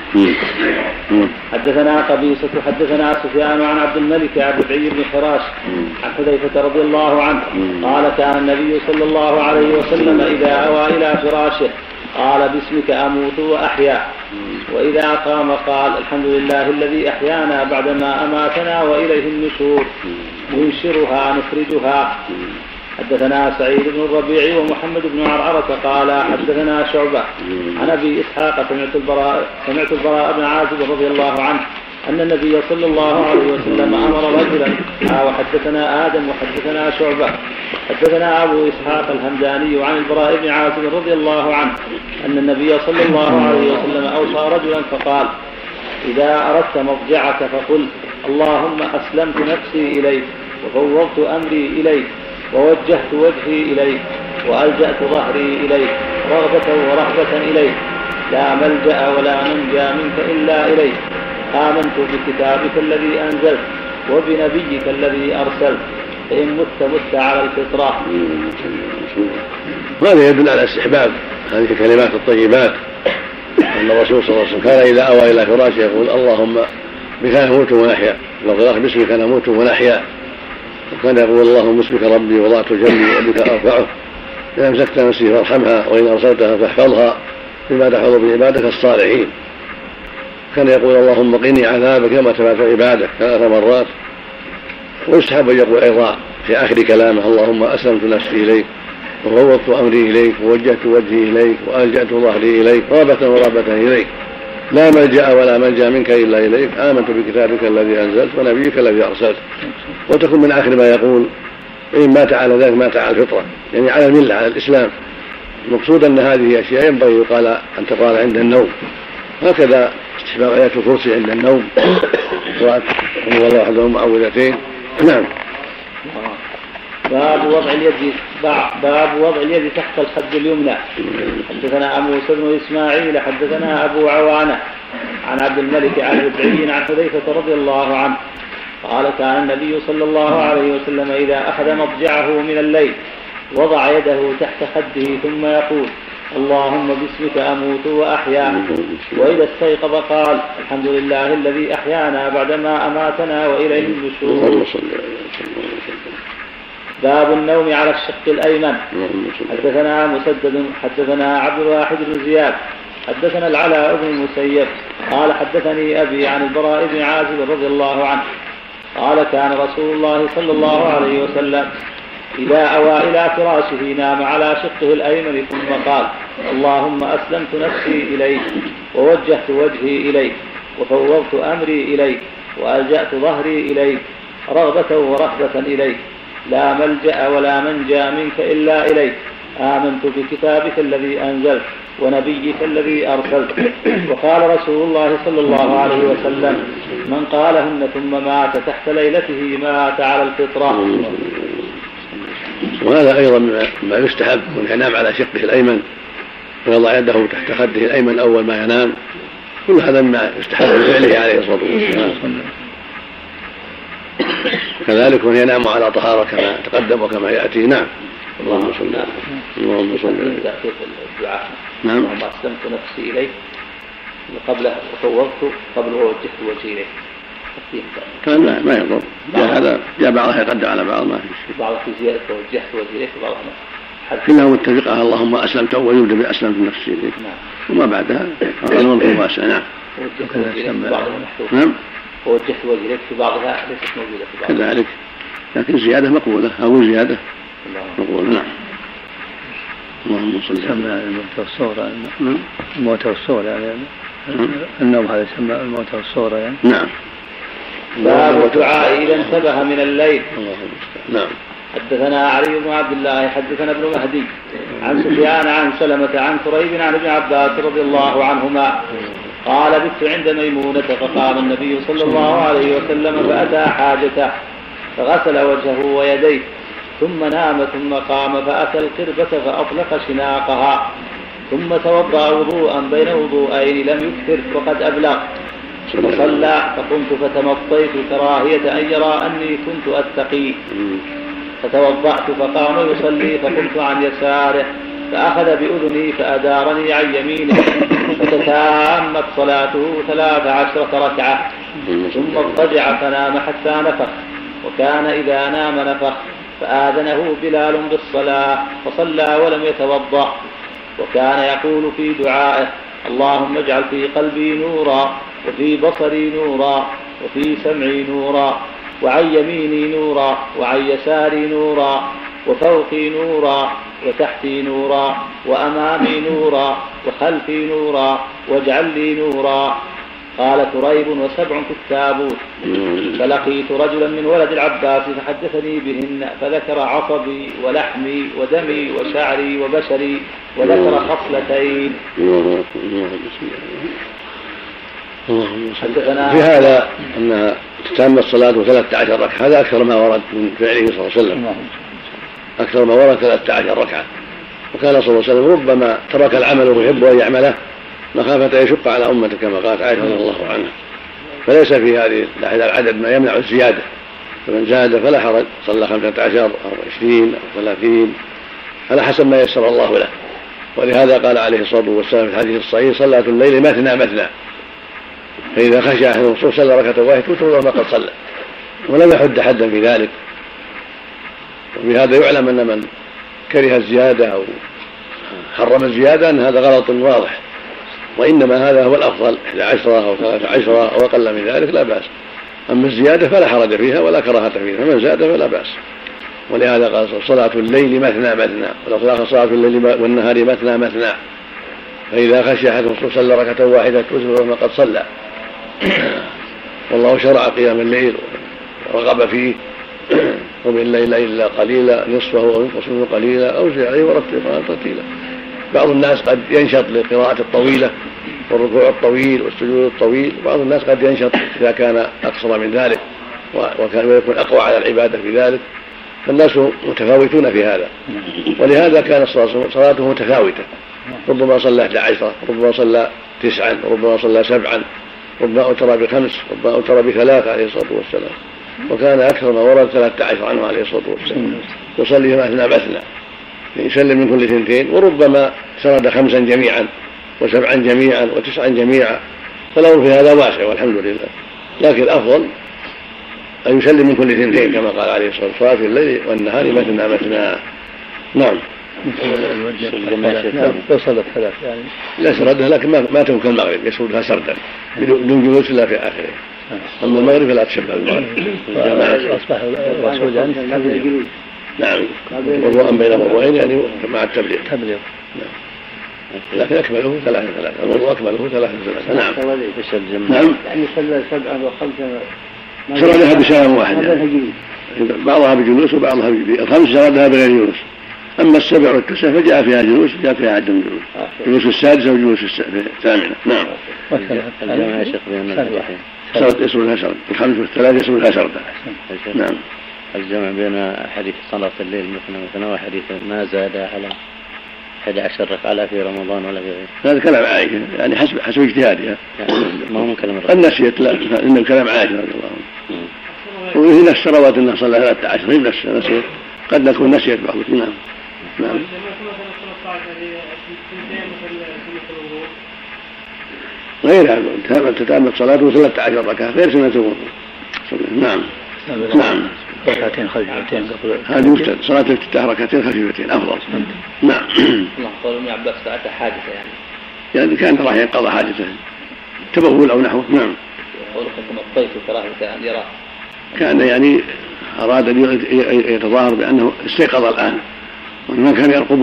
حدثنا قبيصة حدثنا سفيان عن عبد الملك عن ربعي بن حراش عن حذيفة رضي الله عنه قال كان النبي صلى الله عليه وسلم إذا أوى إلى فراشه قال باسمك أموت وأحيا، وإذا قام قال الحمد لله الذي أحيانا بعدما أماتنا وإليه النشور، ننشرها نخرجها. حدثنا سعيد بن الربيع ومحمد بن عرعرة قال حدثنا شعبة عن أبي إسحاق سمعت البراء بن عازب رضي الله عنه أن النبي صلى الله عليه وسلم أمر رجلا. وحدثنا آدم وحدثنا شعبة حدثنا أبو إسحاق الهمداني عن البراء بن عازب رضي الله عنه أن النبي صلى الله عليه وسلم أوصى رجلا فقال إذا أردت مضجعك فقل اللهم أسلمت نفسي إليك وفوضت أمري إليك ووجهت وجهي إليك وألجأت ظهري إليك رغبة ورهبة إليك لا ملجأ ولا منجى منك إلا إليك آمنت بكتابك الذي أنزلت وبنبيك الذي أرسلت فإن مت على الفطرة. وهذا يدل على استحباب هذه الكلمات الطيبات، أن الرسول صلى الله عليه وسلم كان إذا أوى إلى فراشه يقول اللهم بك نموت ونحيا، لو باسمك نموت ونحيا، وكان يقول اللهم باسمك ربي وضعت جنبي وبك أرفعه، إن أمسكت نفسي فارحمها وإن أرسلتها فاحفظها بما تحفظ بعبادك الصالحين. كان يقول اللهم قني عذابك كما تفعل عبادك 3 مرات. ويستحب أن يقول أيضا في آخر كلامه اللهم أسلمت نفسي إليك وفوضت أمري إليك ووجهت وجهي إليك وألجأت ظهري إليك رغبة ورهبة إليك لا ملجأ ولا منجا منك إلا إليك آمنت بكتابك الذي أنزلت ونبيك الذي أرسلت. وتكون من آخر ما يقول إن مات على ذلك مات على الفطرة، يعني على الملة على الإسلام. المقصود أن هذه أشياء ينبغي يقال أن تقال عند النوم، هكذا استحباب آيات الكرسي عند النوم قراءة قل هو الله أحد المعوذتين. نعم. باب وضع اليد تحت الخد اليمنى. حدثنا موسى بن إسماعيل حدثنا أبو عوانة عن عبد الملك عن ربعي عن حذيفة رضي الله عنه قال كان النبي صلى الله عليه وسلم إذا أخذ مضجعه من الليل وضع يده تحت خده ثم يقول اللهم باسمك أموت وأحيا، وإذا استيقظ قال الحمد لله الذي أحيانا بعدما أماتنا وإليه النشور. باب النوم على الشق الأيمن. حدثنا مسدد حدثنا عبد الواحد بن زياد حدثنا العلاء بن المسيب قال حدثني أبي عن البراء بن عازب رضي الله عنه قال كان رسول الله صلى الله عليه وسلم إذا أوى إلى فراشه نام على شقه الأيمن ثم قال اللهم أسلمت نفسي إليك ووجهت وجهي إليك وفوضت أمري إليك وألجأت ظهري إليك رغبة ورهبة إليك لا ملجأ ولا منجى منك إلا إليك آمنت بكتابك الذي أنزلت ونبيك الذي أرسلت. وقال رسول الله صلى الله عليه وسلم من قالهن ثم مات تحت ليلته مات على الفطرة. وهذا أيضا ما يستحب أن ينام على شقه الأيمن ويضع يده تحت خده الأيمن أول ما ينام، كل هذا ما يستحب فعله عليه الصلاة والسلام. كذلك من ينام على طهارة كما تقدم وكما يأتي. نعم. اللهم صل على الدعاء. نعم. اللهم أسلمت نفسي إليك قبله وفوضت قبل ووجهت وجهي إليك. كان ما يضر. هذا جاء بعضها يقدم على بعض ما في شيء. بعضها في زيادة ووجهت وجهي إليك وبعضها كلها متفقة اللهم أسلمت أول يبدأ بأسلمت نفسي إليك. نعم. وما بعدها المنظوم واسع. نعم. نعم. ووجهت وجهي إليك في بعضها ليست موجودة في بعضها. كذلك لكن زيادة مقبولة أو زيادة مقبولة. نعم. اللهم صل على الموت والصغرى. الموت والصغرى يعني النوم هذا يسمى الموت والصغرى يعني. نعم. باب الدعاء إذا انتبه من الليل. نعم. حدثنا علي بن عبد الله حدثنا ابن مهدي عن سفيان عن سلمة عن كريب عن ابن عباس رضي الله عنهما قال بت عند ميمونة فقام النبي صلى الله عليه وسلم فأتى حاجته فغسل وجهه ويديه ثم نام ثم قام فأتى القربة فأطلق شناقها ثم توضأ وضوءا بين وضوءين لم يكثر وقد أبلغ فصلى فقمت فتمطيت كراهية أن يرى أني كنت أتقي، فتوضأت فقام يصلي فقمت عن يساره فأخذ بأذني فأدارني عن يمينه، فتتامت صلاته 13 ركعة، ثم اضطجع فنام حتى نفخ، وكان إذا نام نفخ، فآذنه بلال بالصلاة فصلى ولم يتوضأ، وكان يقول في دعائه: اللهم اجعل في قلبي نورا، وفي بصري نورا، وفي سمعي نورا، وعن يميني نورا، وعن يساري نورا، وفوقي نورا، وتحتي نورا، وأمامي نورا، وخلفي نورا، واجعل لي نورا. قال كريب: وسبع في التابوت. فلقيت رجلا من ولد العباس فحدثني بهن، فذكر عصبي ولحمي ودمي وشعري وبشري، وذكر خصلتين. في هذا أن تتم الصلاة 13 ركعة، هذا أكثر ما ورد من فعله صلى الله عليه وسلم، أكثر ما ورد 13 ركعة. وكان صلى الله عليه وسلم ربما ترك العمل ويحب أن يعمله مخافة يشق على أمته، كما قالت عائشة رضي الله عنها. فليس في هذه العدد ما يمنع الزيادة، فمن زاد فلا حرج، صلى 15 أو 20 أو 30 على حسب ما يسر الله له. ولهذا قال عليه الصلاة والسلام في الحديث الصحيح: صلاة الليل مثنى مثنى، فإذا خشى أحد الصبح صلى ركعة واحدة وتر ما قد صلى، ولم يحد حدا في ذلك. وبهذا يعلم أن من كره الزيادة أو حرم الزيادة أن هذا غلط واضح، وإنما هذا هو الأفضل، 11 أو 13 أو أقل من ذلك لا بأس. أما الزيادة فلا حرج فيها ولا كراهة فيها، فمن زاد فلا بأس. ولهذا قال: صلاة الليل مثنى مثنى، صلاة الليل والنهار مثنى مثنى، فإذا خشي أحد الصبح صلى ركعة واحدة وتر ما قد صلى. والله شرع قيام الليل ورغب فيه: قم الليل إلا قليلا نصفه أو انقص منه قليلا أو زد عليه ورتل القرآن ترتيلا. بعض الناس قد ينشط للقراءة الطويلة والركوع الطويل والسجود الطويل، وبعض الناس قد ينشط إذا كان أقصر من ذلك ويكون أقوى على العبادة في ذلك، فالناس متفاوتون في هذا. ولهذا كان صلاته متفاوتة، ربما صلى 11، ربما صلى 9، ربما صلى 7، ربما أوتر ب5، ربما أوتر ب3 عليه الصلاة والسلام. وكان أكثر ما ورد 13 عنه عليه الصلاة والسلام، يصلي مثنى مثنى، يسلم من كل 2، وربما سرد 5 جميعا و7 جميعا و9 جميعا، فالأمر في هذا واسع والحمد لله. لكن الأفضل أن يسلم من كل 2 كما قال عليه الصلاة والسلام: في الليل والنهار مثنى مثنى. نعم. وصلت 3 يعني لا سردها، لكن ما تكون كالمغرب يسردها سردا بدون جلوس إلا في آخره. أما المغرب فلا تشبه المغرب. أصبح الرسول يعني تبليغ. نعم، وضوءا بين وضوءين يعني مع التبليغ. نعم. لكن أكمله 3 الوضوء أكمله 3. نعم. يعني صلى 7 و5 سردها بسلام واحد يعني. بعضها بجلوس وبعضها ب5 سردها بغير جلوس. أما 7 و9 فجاء فيها جلوس، جاء فيها عدم جلوس، جلوس السادسة وجلوس الثامنة. نعم. الجمع يا شيخ بين الحديثين سرد يسردها سرد، 5 و3 يسردها سردا. نعم. الجمع بين حديث صلاة الليل مثنى وحديث ما زاد على 11 ركعة في رمضان ولا في غيره. هذا كلام عائشة يعني حسب اجتهادها، يعني ما هو من كلام الرسول. النسيت لا، إنه كلام عائشة رضي الله عنها. وفي نفس روات أنه صلى 13 في نفس نسيت، قد نكون نسيت بعض. نعم. نعم. غيرها تتعمق صلاته 13 ركعة غير سنة الوضوء. نعم. نعم. ركعتين خفيفتين قبل هذه صلاة الافتتاح، ركعتين خفيفتين أفضل. نعم. الله قول ابن عباس فأتى حادثة يعني كان راح ينقضى حادثة تبول أو نحوه. نعم. قولك تمطيت كراهية أن يرى، كان يعني أراد أن يتظاهر بأنه استيقظ الآن وما كان يرقبه.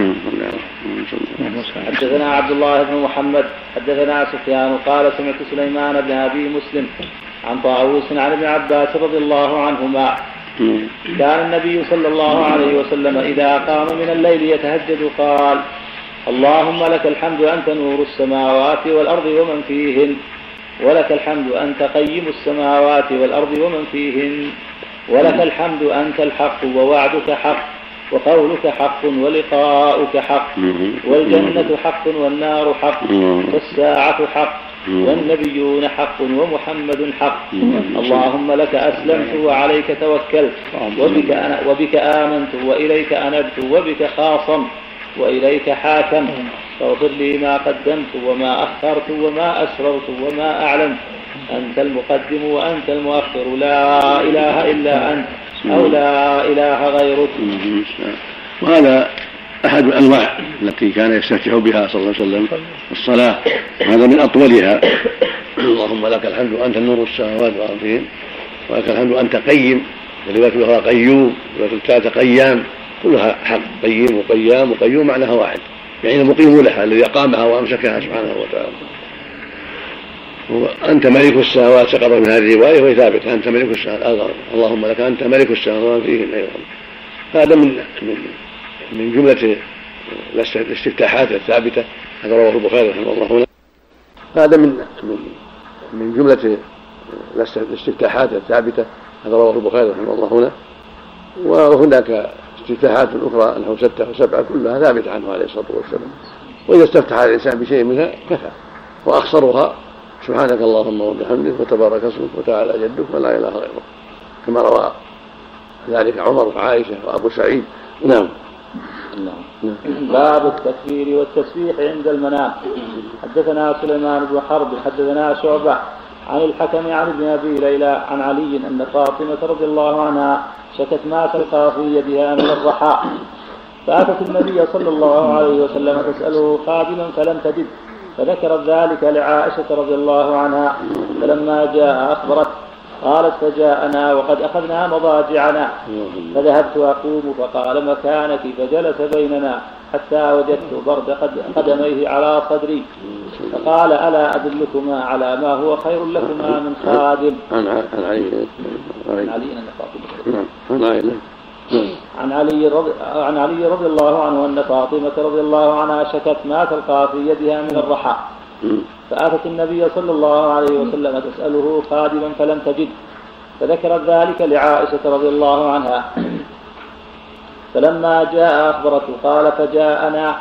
حدثنا عبد الله بن محمد حدثنا سفيان قال: سمعت سليمان بن أبي مسلم عن طاووس عن ابن عباس رضي الله عنهما: كان النبي صلى الله عليه وسلم إذا قام من الليل يتهجد قال: اللهم لك الحمد أنت نور السماوات والأرض ومن فيهن، ولك الحمد أنت قيم السماوات والأرض ومن فيهن، ولك الحمد أنت الحق ووعدك حق وقولك حق ولقاؤك حق، والجنة حق والنار حق والساعة حق والنبيون حق ومحمد حق. اللهم لك أسلمت وعليك توكلت وبك آمنت وإليك أنبت وبك خاصمت وإليك حاكمت. فاغفر لي ما قدمت وما أخرت وما أسررت وما أعلنت. أنت المقدم وأنت المؤخر، لا إله إلا أنت أو لا إله غيرك. وهذا أحد الأنواع التي كان يستفتح بها صلى الله عليه وسلم الصلاة، هذا من أطولها. اللهم لك الحمد وأنت النور السماوات والأرضين، ولك الحمد وأنت قيم، ورواية الأخرى قيوم، ورواية الثالثة قيام، كلها حق. قيم وقيام وقيوم معناها واحد، يعني المقيم لها الذي أقامها وأمسكها سبحانه وتعالى. أنت ملك السماوات سقط من هذه الرواية وهي ثابتة، أنت ملك السماوات. اللهم لك أنت ملك السماوات فيهن أيضا. هذا من جملة الاستفتاحات الثابتة، هذا رواه البخاري رحمه الله هنا. هذا من جملة الاستفتاحات الثابتة، هذا رواه البخاري رحمه الله هنا. وهناك استفتاحات أخرى أنه 6 و7 كلها ثابتة عنه عليه الصلاة والسلام. وإذا استفتح الإنسان بشيء منها كفى، وأقصرها سبحانك اللهم وبحمدك وتبارك اسمك وتعالى جدك ولا إله غيرك، كما روى ذلك عمر وعائشة وأبو سعيد. نعم. باب التكبير والتسبيح عند المنام. حدثنا سليمان بن حرب حدثنا شعبة عن الحكم عن ابن أبي ليلى عن علي أن فاطمة رضي الله عنها شكت ما تلقى في يدها من الرحاء، فأتت النبي صلى الله عليه وسلم تسأله خادما فلم تجد، فذكرت ذلك لعائشة رضي الله عنها، فلما جاء أخبرت قالت فجاءنا وقد أخذنا مضاجعنا، فذهبت أقوم فقال مكانك، فجلس بيننا حتى وجدت برد قدميه على صدري، فقال ألا أدلكما على ما هو خير لكما من خادم. عن علي رضي الله عنه أن فاطمة رضي الله عنها شكت ما تلقى في يدها من الرحى، فأتت النبي صلى الله عليه وسلم تسأله خادما فلم تجد، فذكرت ذلك لعائشة رضي الله عنها، فلما جاء أخبرته قال فجاءنا،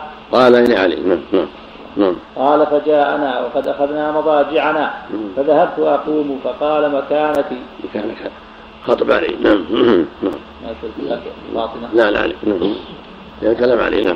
قال فجاءنا وقد أخذنا مضاجعنا، فذهبت أقوم فقال مكانك خطب عليه. نعم. لا يا كلام عليه.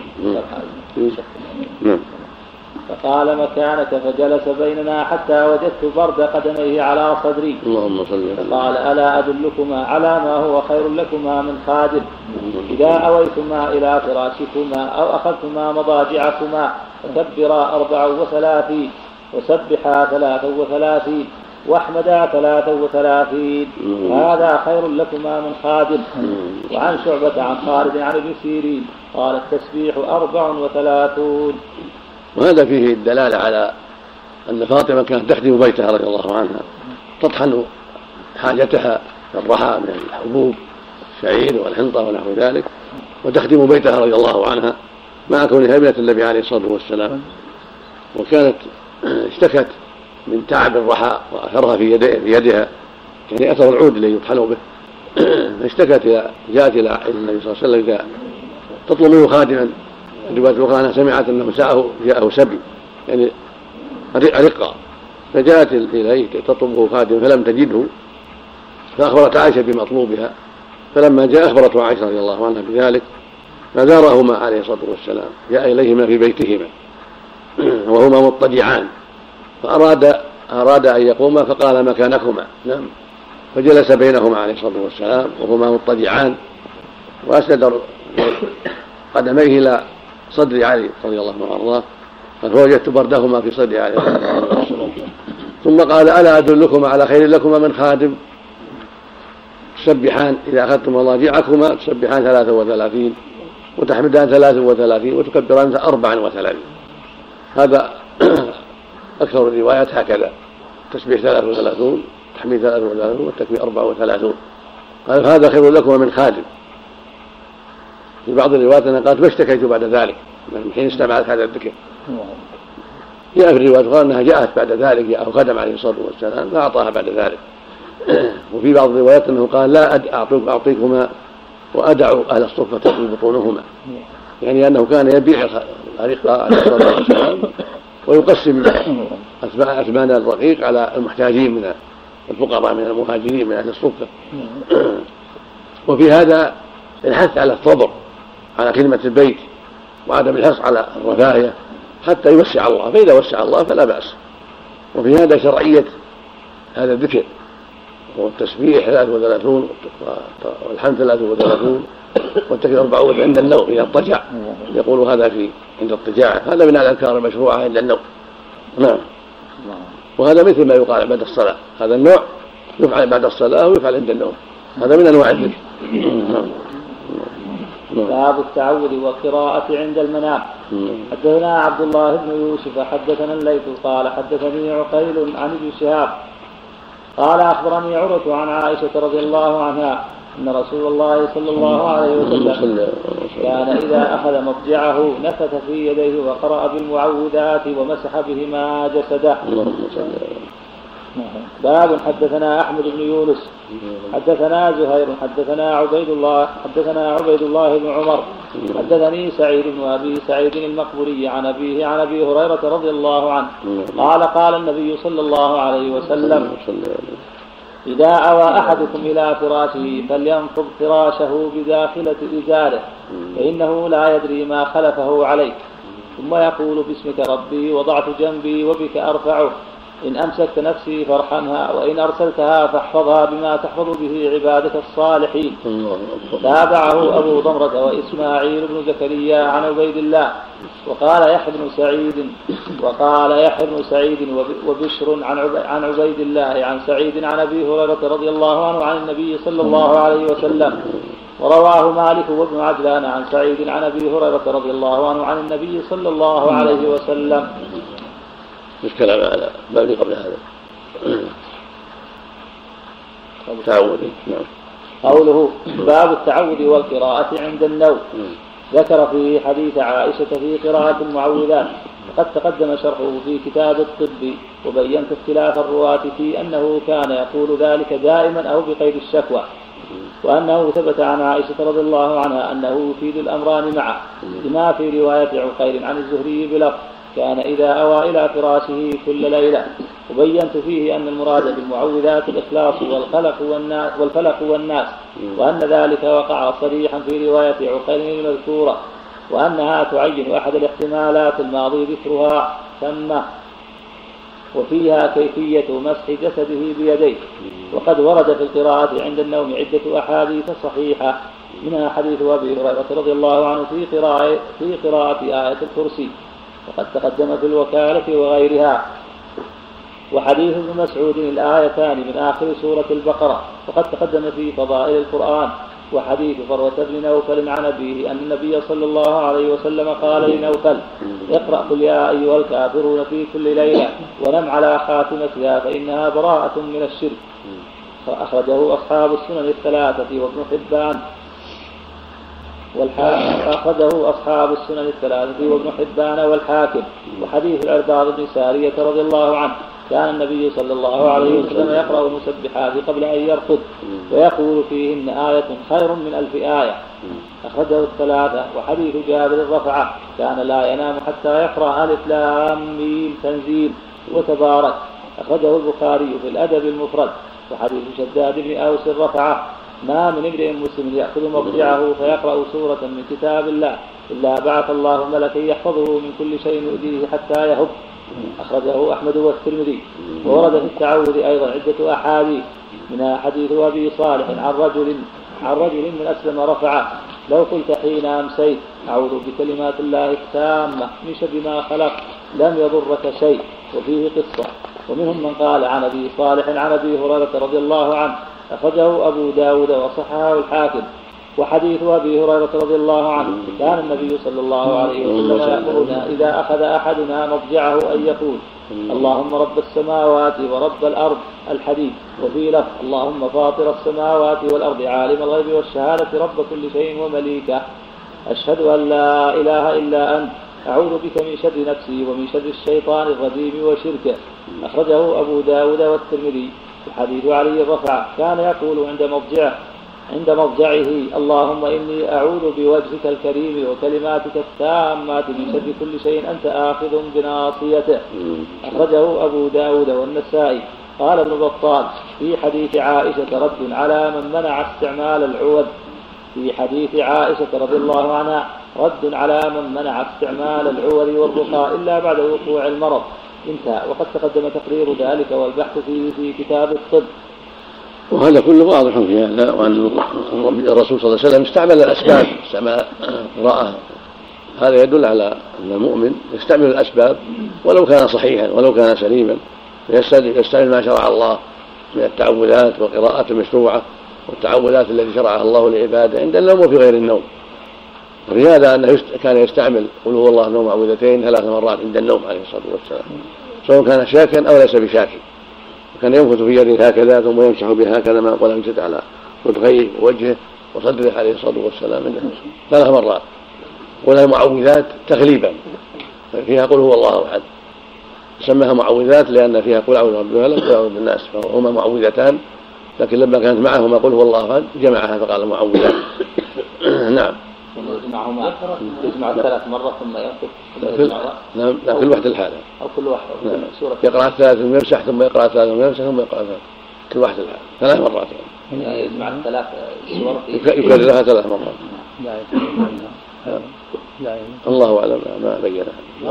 نعم. فقال مكانك، فجلس بيننا حتى وجدت برد قدميه على صدري. اللهم صل. فقال ألا أدلكما على ما هو خير لكما من خادم، إذا أويتما إلى فراشكما أو أخذتما مضاجعكما فكبرا 34 وسبحا 33 واحمدا 33، هذا خير لكما من خادم. وعن شعبة عن خالد عن ابن سيرين قال التسبيح 34. وهذا فيه الدلالة على أن فاطمة كانت تخدم بيتها رضي الله عنها، تطحن حاجتها في الرحى من الحبوب الشعير والحنطة ونحو ذلك، وتخدم بيتها رضي الله عنها مع كونها ابنة النبي عليه الصلاة والسلام. وكانت اشتكت من تعب الرحى وأثرها في يدها، يعني أثر العود الذي يطحن به، فاشتكت جاءت إلى النبي صلى الله عليه وسلم تطلب منه خادما. الرواية الأخرى أنها سمعت أنه جاءه سبي، يعني رقة، فجاءت إليه تطلبه خادما فلم تجده، فأخبرت عائشة بمطلوبها، فلما جاء أخبرته عائشة رضي الله عنها بذلك، فزارهما عليه الصلاة والسلام، جاء إليهما في بيتهما وهما مضطجعان، فأراد أن يقوما فقال مكانكما. نعم. فجلس بينهما عليه الصلاة والسلام وهما مضطجعان، وأسند قدميه إلى صدر علي رضي الله عنه وارضاه، فوجدت بردهما في صدر علي رضي الله عنه وارضاه. ثم قال ألا أدلكما على خير لكما من خادم، تسبحان إذا أخذتم مضاجعكما تسبحان 33 وتحمدان 33 وتكبران 34. هذا أكثر الروايات هكذا، تسبيح 33 تحميد 33 والتكبير 34. قال هذا خير لكما من خادم. في بعض الروايات أنا قالت ما اشتكيت بعد ذلك من حين استمعت هذا الذكر. جاء في الروايات قال أنها جاءت بعد ذلك، جاءه خدم عليه الصلاة والسلام فأعطاها بعد ذلك. وفي بعض الروايات أنه قال لا أعطيكما وأدع أهل الصفة تطوي بطونهما، يعني أنه كان يبيع الرقة عليه الصلاة والسلام ويقسم أثمان الرقيق على المحتاجين من الفقراء من المهاجرين من أهل الصفة. وفي هذا الحث على الصبر على خدمة البيت وعدم الحرص على الرفاهية حتى يوسع الله، فإذا وسع الله فلا بأس. وفي هذا شرعية هذا الذكر والتسبيح 33 والحمد 33 والتكبير 40 عند النوم إذا اضطجع، يقول هذا في عند اضطجاعه، هذا من الأذكار المشروعة عند النوم. نعم. وهذا مثل ما يقال بعد الصلاة، هذا النوع يفعل بعد الصلاة ويفعل عند النوم، هذا من أنواع الذكر. باب التعوذ والقراءة عند المنام. حدثنا عبد الله بن يوسف حدثنا الليث قال حدثني عقيل عن ابن شهاب قال أخبرني عروة عن عائشة رضي الله عنها أن رسول الله صلى الله عليه وسلم كان إذا أخذ مضجعه نفث في يديه وقرأ بالمعوذات ومسح بهما جسده. باب حدثنا أحمد بن يونس حدثنا زهير حدثنا عبيد الله بن عمر حدثني سعيد بن أبي سعيد المقبوري عن أبيه عن أبي هريرة رضي الله عنه قال قال النبي صلى الله عليه وسلم إذا أوى أحدكم إلى فراشه فلينفض فراشه بداخلة إزاره فإنه لا يدري ما خلفه عليه، ثم يقول باسمك ربي وضعت جنبي وبك أرفعه، إن أمسكت نفسي فارحمها وإن أرسلتها فاحفظها بما تحفظ به عبادك الصالحين. تابعه أبو ضمرة وإسماعيل بن زكريا عن عبيد الله وقال يحيى بن سعيد وبشر عن عبيد الله عن سعيد عن أبي هريرة رضي الله عنه عن النبي صلى الله عليه وسلم. ورواه مالك وابن عجلان عن سعيد عن أبي هريرة رضي الله عنه عن النبي صلى الله عليه وسلم. الكلام على باب قبل هذا تعوذ. قوله باب التعوذ والقراءة عند النوم. ذكر في حديث عائشة في قراءة المعوذات وقد تقدم شرحه في كتاب الطب، وبينت اختلاف الرواة في أنه كان يقول ذلك دائما أو بقيد الشكوى، وأنه ثبت عن عائشة رضي الله عنها أنه يفيد الأمران معه لما في رواية عقيل عن الزهري بلفظ كان إذا أوى إلى فراشه كل ليلة. وبينت فيه أن المراد بالمعوذات الإخلاص والفلق والناس، وأن ذلك وقع صريحا في رواية عقيل المذكورة، وأنها تعين أحد الاحتمالات الماضي ذكرها ثم وفيها كيفية مسح جسده بيديه. وقد ورد في القراءة عند النوم عدة أحاديث صحيحة، منها حديث أبي هريرة رضي الله عنه في قراءة آية الكرسي وقد تقدم في الوكالة وغيرها، وحديث ابن مسعود الآيتان من آخر سورة البقرة وقد تقدم في فضائل القرآن، وحديث فروة بن نوفل عن أبيه أن النبي صلى الله عليه وسلم قال لنوفل اقرأ قل يا أيها الكافرون في كل ليلة ونم على خاتمتها فإنها براءة من الشرك. فأخرجه أصحاب السنن الثلاثة وابن حبان والحاكم. وحديث العرباض بن سارية رضي الله عنه كان النبي صلى الله عليه وسلم يقرأ المسبحات قبل أن يرقد ويقول فيهن آية خير من 1000 آية. أخرجه الثلاثة. وحديث جابر الرفعة كان لا ينام حتى يقرأ ألف لام ميم تنزيل وتبارك. أخرجه البخاري في الأدب المفرد. وحديث شداد بن أوس الرفعة ما من امرئ مسلم يأخذ مضجعه فيقرأ سورة من كتاب الله إلا بعث الله ملكا يحفظه من كل شيء يؤذيه حتى يهب. أخرجه أحمد والترمذي. وورد في التعوذ أيضا عدة أحاديث، منها حديث أبي صالح عن رجل من أسلم رفعه لو قلت حين أمسيت أعوذ بكلمات الله التامة من شر ما خلق لم يضرك شيء، وفيه قصة. ومنهم من قال عن أبي صالح عن أبي هريرة رضي الله عنه. أخرجه أبو داود وصححه الحاكم. وحديث أبي هريرة رضي الله عنه كان النبي صلى الله عليه وسلم يأمرنا إذا أخذ أحدنا مضجعه أن يقول اللهم رب السماوات ورب الأرض الحديث. وفي لفظ اللهم فاطر السماوات والأرض عالم الغيب والشهادة رب كل شيء ومليكه أشهد أن لا إله إلا أنت أعوذ بك من شر نفسي ومن شر الشيطان الرجيم وشركه. أخرجه أبو داود والترمذي. وحديث علي الرفعة كان يقول عند مضجعه عند مضجعه: اللهم إني أعوذ بوجهك الكريم وكلماتك التامات من شر كل شيء أنت آخذ بناصيته. أخرجه أبو داود والنسائي. قال ابن بطال: في حديث عائشة رد على من منع استعمال العوذ. في حديث عائشة رضي الله عنها رد على من منع استعمال العوذ والرقى إلا بعد وقوع المرض. انتهى. وقد تقدم تقرير ذلك والبحث فيه في كتاب الطب. وهذا كله واضح في هذا، وأن الرسول صلى الله عليه وسلم استعمل الأسباب، استعمل قراءة. هذا يدل على أن المؤمن يستعمل الأسباب ولو كان صحيحا ولو كان سليما، يستعمل ما شرع الله من التعوذات والقراءات المشروعة والتعوذات التي شرعها الله لعباده عند النوم وفي غير النوم. وفي هذا أنه كان يستعمل قل هو الله نوم معوذتين 3 مرات عند النوم عليه الصلاة والسلام، سواء كان شاكا أو ليس بشاك. وكان ينفث في يده هكذا ثم يمسح بها هكذا ولم يزد على وجهه ووجهه وصدره عليه الصلاة والسلام 3 مرات. ولا معوذات تغليبا، فيها قل هو الله أحد، سماها معوذات لأن فيها قل أعوذ برب الفلق وقل أعوذ بالناس، فهما معوذتان، لكن لما كانت معهما قل هو الله أحد جمعها فقال معوذات. نعم. يجمع 3 مرات ثم ينفث. نعم، لا كل واحدة الحالة أو كل واحدة. نعم. يقرأ 3 ثم يمسح ثم يقرأ 3 ثم يمسح ثم يقرأ 3، كل واحدة الحالة 3 مرات. يعني يجمع 3 سور يكررها 3 مرات. الله أعلم ما بينها.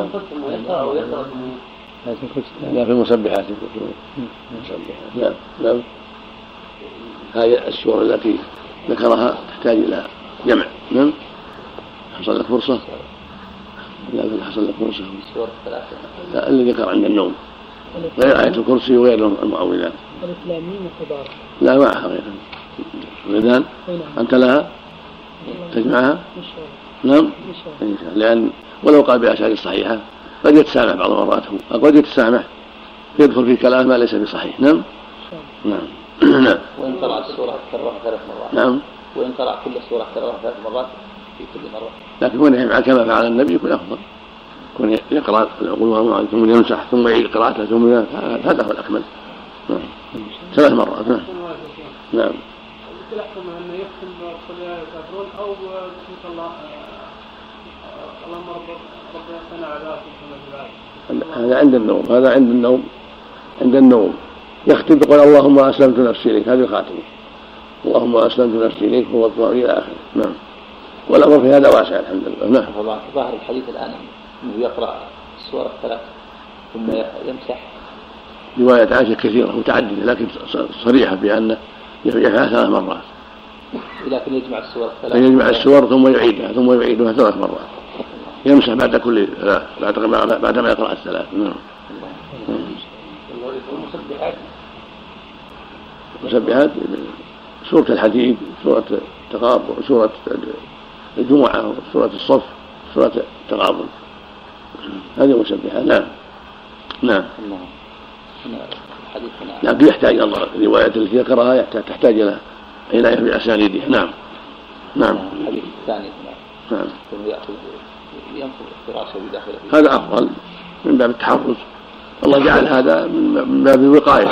لا في المسبحات. نعم نعم. هذه السور التي ذكرها تحتاج إلى جمع. نعم. حصل لك فرصة؟ لا حصل لك فرصة. لا الذي ذكر عند النوم غير آية الكرسي وغير المعوذات. لا معها غيرها. الإذن أنت لها تجمعها؟ نعم. لأن ولو قال بأسانيد صحيحة قد يتسامح بعض المرات، قد يتسامح يدخل في كلام ما ليس بصحيح. نعم نعم. نعم. وإن قرأ السورة كررها 3 مرات. نعم. وإن قرأ كل سورة كررها 3 مرات في كل مرة. لكن كونه يفعل كما فعل النبي يكون أفضل. كونه يقرأ القلوب ثم يمسح ثم يعيد قراءته ثم هذا هو الأكمل. نعم. 3 مرات. نعم. نعم. يحكم أنه يختم بالصلاة الكافرون أو بسم الله اللهم ربنا صنع عذابكم. هذا عند النوم. هذا عند النوم. عند النوم يختم بقول اللهم أسلمت نفسي إليك، هذه الخاتمة. اللهم أسلمت نفسي إليك هو الدعاء إلى آخره. نعم. والأمر في هذا واسع الحمد لله. نعم. ظاهر الحديث الآن أنه يقرأ السورة 3 ثم يمسح. رواية عائشة كثيرة متعددة لكن صريحة بأنه يفعلها 3 مرات. لكن يجمع السور 3. يجمع السور ثم يعيدها 3 مرات. يمسح بعد كل 3 بعدما يقرأ 3. نعم. مسبحات سورة الحديد، سورة التغابن، سورة الجمعة، سورة الصف، سورة التغابن، هذه مسبحات. نعم نعم. لكن يحتاج الله الرواية التي ذكرها تحتاج إلى عناية بأسانيدها. نعم نعم. الحديث الثاني نعم. ينفض فراشه بداخله. هذا أفضل من باب التحفظ. الله جعل هذا من باب الوقاية،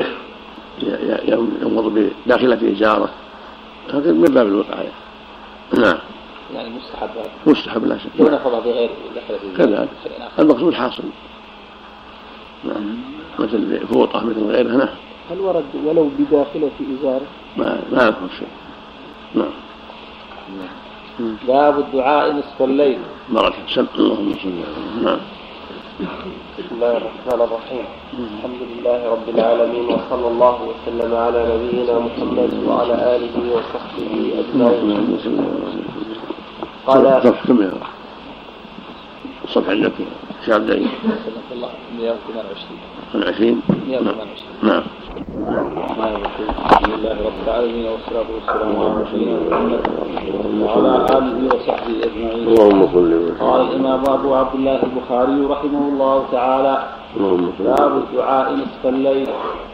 ينفض بداخلة إزارة، هذا من باب الوقاية. نعم. يعني مستحب لا شك. لو نفض بغير كذلك المقصود حاصل. نعم. مثل فوطة مثل غيرها. نعم. هل ورد ولو بداخلة إزارة؟ ما نفهم شيء. نعم. باب الدعاء نصف الليل. بركة اللهم صل على. نعم. بسم الله الرحمن الرحيم. الحمد لله رب العالمين وصلى الله وسلم على نبينا محمد وعلى آله وصحبه أجمعين. قال الصفحة عندك شهر دقيقة 128. نعم. بسم الله رب العالمين والصلاة والسلام على نبينا محمد وعلى آله وصحبه أجمعين. اللهم صل وسلم. قال الإمام أبو عبد الله البخاري رحمه الله تعالى: باب الدعاء نصف الليل.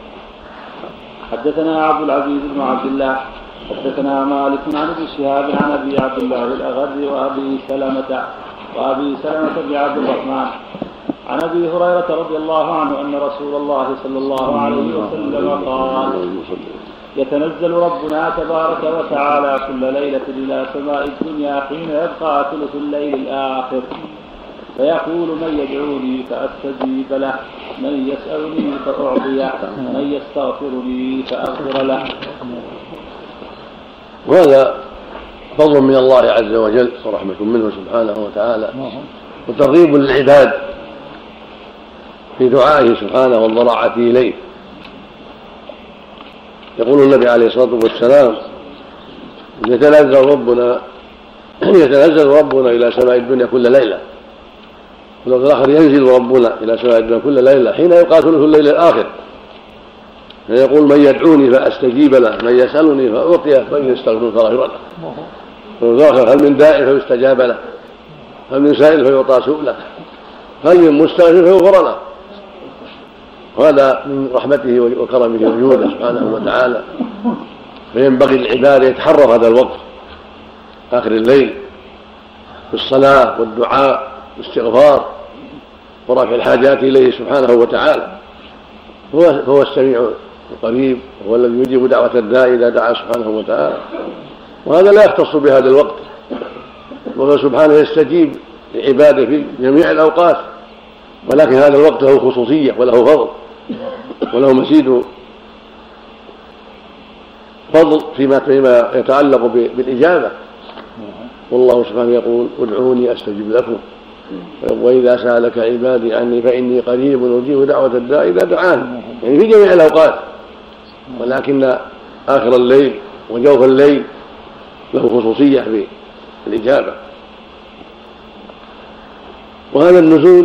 حدثنا عبد العزيز بن عبد الله حدثنا مالك عن ابن شهاب عن أبي عبد الله الأغر وأبي سلمة بن عبد الرحمن عن أبي هريرة رضي الله عنه أن رسول الله صلى الله عليه وسلم قال: يتنزل ربنا تبارك وتعالى كل ليلة إلى سماء الدنيا حين يبقى ثلث الليل الآخر، فيقول: من يدعوني فأستجيب له، من يسألني فأعطيه، من يستغفرني فأغفر له. وهذا فضل من الله عز وجل ورحمة منه سبحانه وتعالى وترغيب للعباد في دعائه سبحانه والضراعة إليه. يقول النبي عليه الصلاة والسلام: يتنزل ربنا إلى سماء الدنيا كل ليلة، واللفظ الآخر: ينزل ربنا إلى سماء الدنيا كل ليلة حين يبقى ثلث الليل الآخر، فيقول: من يدعوني فأستجيب له، من يسألني فأعطيه، من يستغفر فأغفر له. هل من داع فيستجاب له، هل من سائل فيعطى سؤله، هل من مستغفر فيغفر له. وهذا من رحمته وكرمه وجوده سبحانه وتعالى. فينبغي للعباد يتحرى هذا الوقت آخر الليل في الصلاة والدعاء والاستغفار ورفع الحاجات إليه سبحانه وتعالى. هو السميع القريب، هو الذي يجيب دعوة الداعي إذا دعا سبحانه وتعالى. وهذا لا يختص بهذا الوقت، وهو سبحانه يستجيب لعباده في جميع الأوقات، ولكن هذا الوقت له خصوصية وله فضل وله فضل فيما يتعلق بالإجابة. والله سبحانه يقول: ادعوني أستجب لكم، وإذا سألك عبادي عني فإني قريب أجيب دعوة الداعي إذا دعان، يعني في جميع الأوقات، ولكن آخر الليل وجوف الليل له خصوصية في الإجابة. وهذا النزول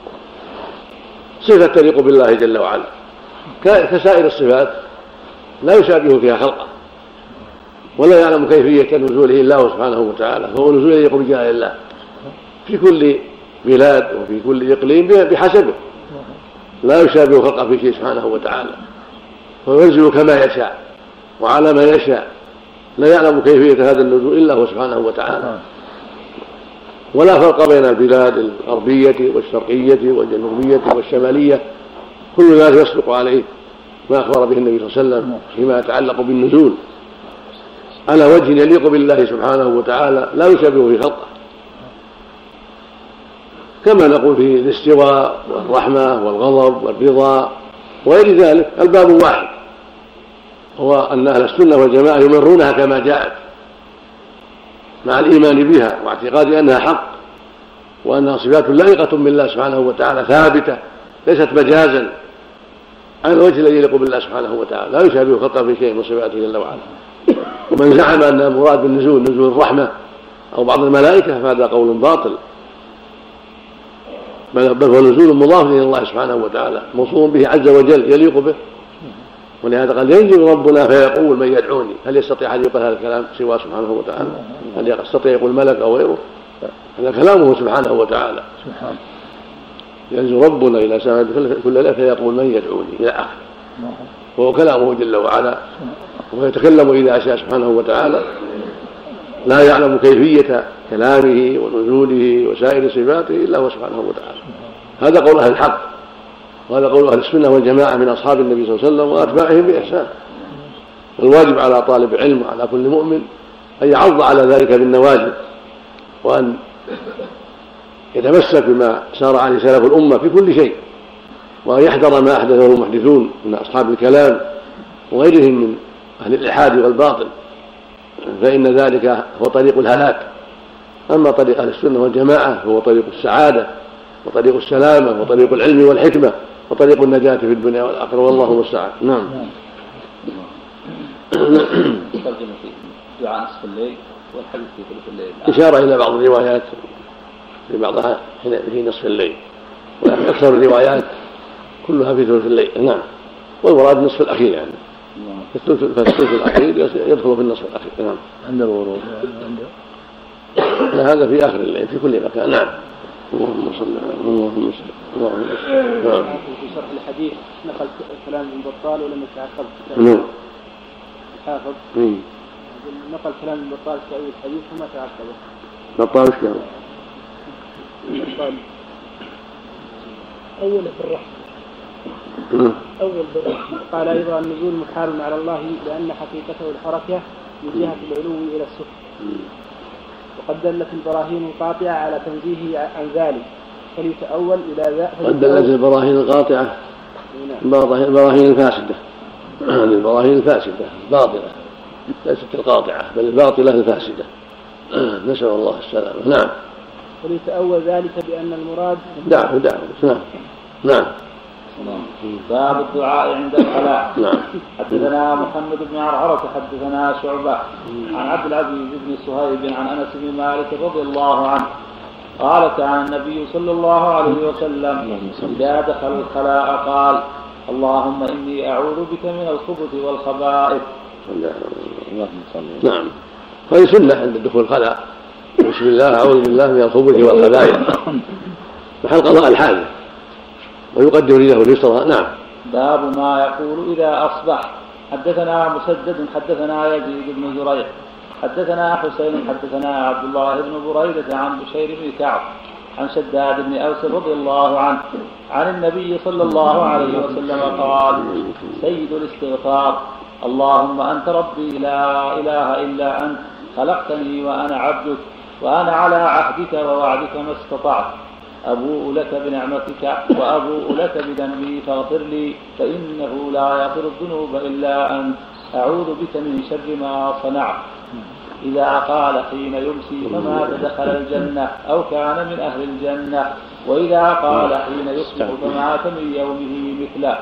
صفة تليق بالله جل وعلا، كسائر الصفات لا يشابه فيها خلقه، ولا يعلم كيفية نزوله إلا هو سبحانه وتعالى، فهو نزول يليق بجلال الله في كل بلاد وفي كل إقليم بحسبه، لا يشابه خلقه في شيء سبحانه وتعالى، فينزل كما يشاء وعلى ما يشاء، لا يعلم كيفية هذا النزول إلا هو سبحانه وتعالى. ولا فرق بين البلاد الغربية والشرقية والجنوبية والشمالية، كل ذلك يصدق عليه ما أخبر به النبي صلى الله عليه وسلم فيما يتعلق بالنزول على وجه يليق بالله سبحانه وتعالى لا يشابه في خلقه، كما نقول في الاستواء والرحمة والغضب والرضا وغير ذلك. الباب واحد، هو أن أهل السنة والجماعة يمرونها كما جاءت مع الإيمان بها واعتقاد أنها حق، وأنها صفات لائقة بالله سبحانه وتعالى ثابتة ليست مجازا على الوجه الذي يليق بالله سبحانه وتعالى، لا يشابه خلقه في شيء من صفاته جل وعلا. ومن زعم أن المراد بالنزول نزول الرحمة أو بعض الملائكة فهذا قول باطل، بل هو نزول مضاف إلى الله سبحانه وتعالى موصوف به عز وجل يليق به. ولهذا قال: ينزل ربنا فيقول: من يدعوني. هل يستطيع أن يقول هذا الكلام سواه سبحانه وتعالى؟ هل يستطيع يقول ملك أو غيره؟ هذا كلامه سبحانه وتعالى. ينزل ربنا إلى سماء كل ليلة فيقول: من يدعوني إلى آخر، وهو كلامه جل وعلا، ويتكلم إذا أشاء سبحانه وتعالى، لا يعلم كيفية كلامه ونزوله وسائر صفاته إلا هو سبحانه وتعالى. هذا قول أهل الحق، وهذا قول أهل السنة والجماعة من أصحاب النبي صلى الله عليه وسلم وأتباعهم بإحسان. والواجب على طالب العلم وعلى كل مؤمن أن يعض على ذلك بالنواجذ، وأن يتمسك بما سار عليه سلف الأمة في كل شيء، وأن يحذر ما أحدثه المحدثون من أصحاب الكلام وغيرهم من أهل الإلحاد والباطل، فإن ذلك هو طريق الهلاك. أما طريق أهل السنة والجماعة هو طريق السعادة وطريق السلامة وطريق العلم والحكمة وطريق النجاة في الدنيا والآخرة، والله المستعان. نعم. ترجمة في دعاء نصف الليل والحديث في ثلث الليل، إشارة إلى بعض الروايات في بعضها في نصف الليل، ولكن أكثر الروايات كلها في ثلث الليل. نعم. والمراد النصف الأخير، يعني فالثلث الأخير يدخل في النصف الأخير. نعم. عند الورود هذا في آخر الليل في كل مكان. نعم. اللهم صل على اللهم صل. في شرح الحديث نقل كلام ابن بطال ولم يتعقب نعم الحافظ نقل كلام ابن بطال في أول الحديث وما تعقبه. بطال ايش قال؟ بطال أوله في الرحمة قال أيضا النزول محال على الله لأن حقيقته الحركة من جهة العلو إلى السفل، وقد دلت البراهين القاطعة على تنزيهه عن ذلك، فليتأول إلى ذلك. قد دلت البراهين القاطعة البراهين الفاسدة، البراهين الفاسدة باطلة ليست القاطعة بل الباطلة الفاسدة، نسأل الله السلامة. نعم. وليتأول ذلك بأن المراد دعه. نعم. باب الدعاء عند الخلاء. نعم. حدثنا محمد بن عرعرة حدثنا شعبة عن عبد العزيز بن صهيب عن أنس بن مالك رضي الله عنه قال كان النبي صلى الله عليه وسلم إذا دخل الخلاء قال اللهم إني أعوذ بك من الخبث والخبائث. نعم. فهي سنة عند دخول الخلاء بسم الله أعوذ بالله من الخبث والخبائث محل قضاء الحاجة ويقدر له اليسرى. نعم. باب ما يقول إذا أصبح. حدثنا مسدد حدثنا يزيد بن زريع حدثنا حسين حدثنا عبد الله بن بريدة عن بشير بن كعب عن شداد بن أوس رضي الله عنه عن النبي صلى الله عليه وسلم قال سيد الاستغفار اللهم أنت ربي لا إله إلا أنت خلقتني وأنا عبدك وأنا على عهدك ووعدك ما استطعت أبوء لك بنعمتك وأبوء لك بذنبي فاغفر لي فإنه لا يغفر الذنوب إلا أنت أعوذ بك من شر ما صنعت. إذا قال حين يمسي فمات دخل الجنة أو كان من أهل الجنة، وإذا قال حين يصبح فمات من يومه مثله.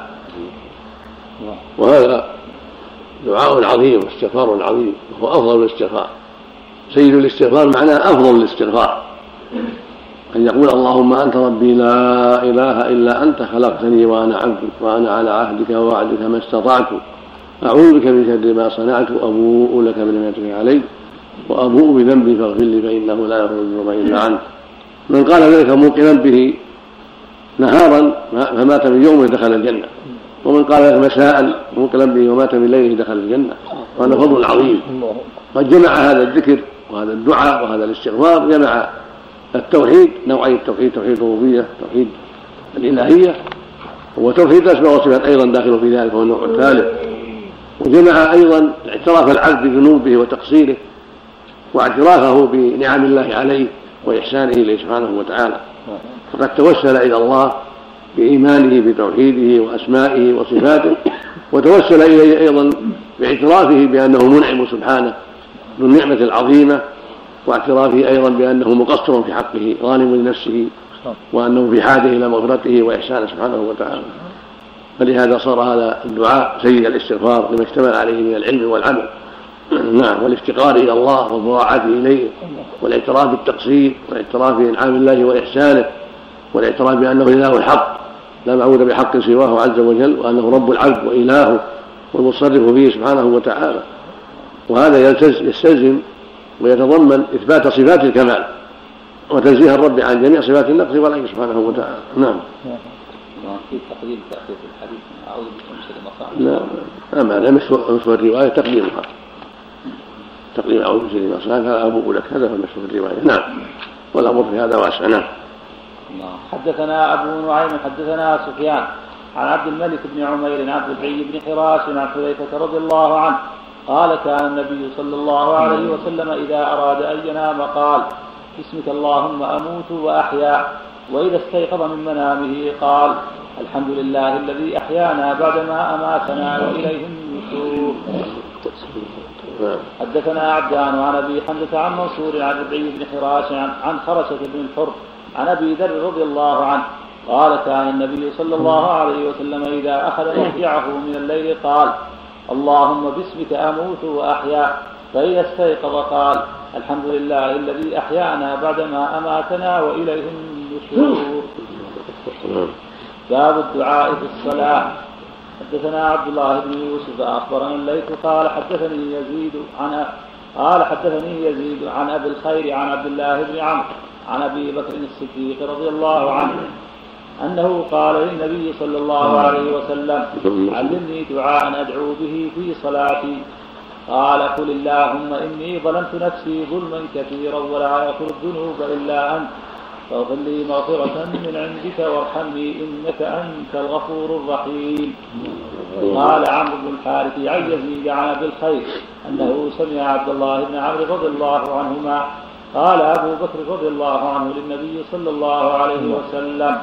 وهذا دعاء عظيم واستغفار عظيم وهو أفضل الاستغفار. سيد الاستغفار معناه أفضل الاستغفار، أن يقول اللهم أنت ربي لا إله إلا أنت خلقتني وأنا عبدك وأنا على عهدك ووعدك ما استطعت أعوذ بك من شر ما صنعت أبوء لك بنعمتك علي وأبوء بذنبي فاغفر لي فإنه لا يغفر الذنوب إلا أنت. من قال ذلك موقنا به نهارا فمات من يومه دخل الجنة، ومن قال ذلك مساء موقنا به ومات من ليله دخل الجنة، وهذا فضل عظيم. قد جمع هذا الذكر وهذا الدعاء وهذا الاستغفار جمع التوحيد نوعي التوحيد، توحيد الربوبية توحيد الإلهية وتوحيد الأسماء والصفات أيضا داخل في ذلك وهو النوع الثالث، وجمع أيضا اعتراف العبد بذنوبه وتقصيره واعترافه بنعم الله عليه وإحسانه إليه سبحانه وتعالى، فقد توسل إلى الله بإيمانه بتوحيده وأسمائه وصفاته، وتوسل إليه أيضا باعترافه بأنه منعم سبحانه بالنعمة العظيمة، واعترافه أيضا بأنه مقصر في حقه ظالم لنفسه وأنه في حاجة إلى مغفرته وإحسانه سبحانه وتعالى. فلهذا صار هذا الدعاء سيد الاستغفار لما اشتمل عليه من العلم والعمل. نعم. والافتقار إلى الله والضراعة إليه والاعتراف بالتقصير والاعتراف بإنعام الله وإحسانه والاعتراف بأنه إله الحق لا معبود بحق سواه عز وجل، وأنه رب العبد وإلهه والمتصرف فيه سبحانه وتعالى. وهذا يستلزم ويتضمن إثبات صفات الكمال وتنزيه الرب عن جميع صفات النقص والعجز سبحانه وتعالى. نعم. في تقديم تأخير الحديث أعوذ بك من شر ما صنعت. لا مشهور الرواية تقديمها، تقديم أعوذ بك من شر ما صنعت هذا أبوء لك، هذا هو مشهور الرواية. نعم. والأمر في هذا واسع. نعم. حدثنا أبو نعيم حدثنا سفيان عن عبد الملك بن عمير عن عبد العزيز بن حراش عن حذيفة رضي الله عنه قال كان النبي صلى الله عليه وسلم إذا أراد أن ينام قال باسمك اللهم أموت وأحيا، وإذا استيقظ من منامه قال الحمد لله الذي أحيانا بعدما أماتنا وإليه النشور. حدثنا عبدان عن أبي حمزة عن منصور عن ربيع بن حراش عن خرشة بن الحر عن أبي ذر رضي الله عنه قال كان النبي صلى الله عليه وسلم إذا أخذ مرجعه من الليل قال اللهم باسمك أموت وأحيا، فإذا استيقظ قال الحمد لله الذي أحيانا بعدما أماتنا وإليه النشور. باب الدعاء في الصلاة. حدثنا عبد الله بن يوسف أخبرنا الليث قال حدثني يزيد عن أبي الخير عن عبد الله بن عمرو عن أبي بكر الصديق رضي الله عنه أنه قال للنبي صلى الله عليه وسلم علمني دعاء أدعو به في صلاتي. قال قل اللهم إني ظلمت نفسي ظلما كثيرا ولا يغفر الذنوب إلا أنت فاغفر لي مغفرة من عندك وارحمني إنك أنت الغفور الرحيم. قال عمرو بن الحارث عن يزيد عن أبي الخير أنه سمع عبد الله بن عمرو رضي الله عنهما قال أبو بكر رضي الله عنه للنبي صلى الله عليه وسلم.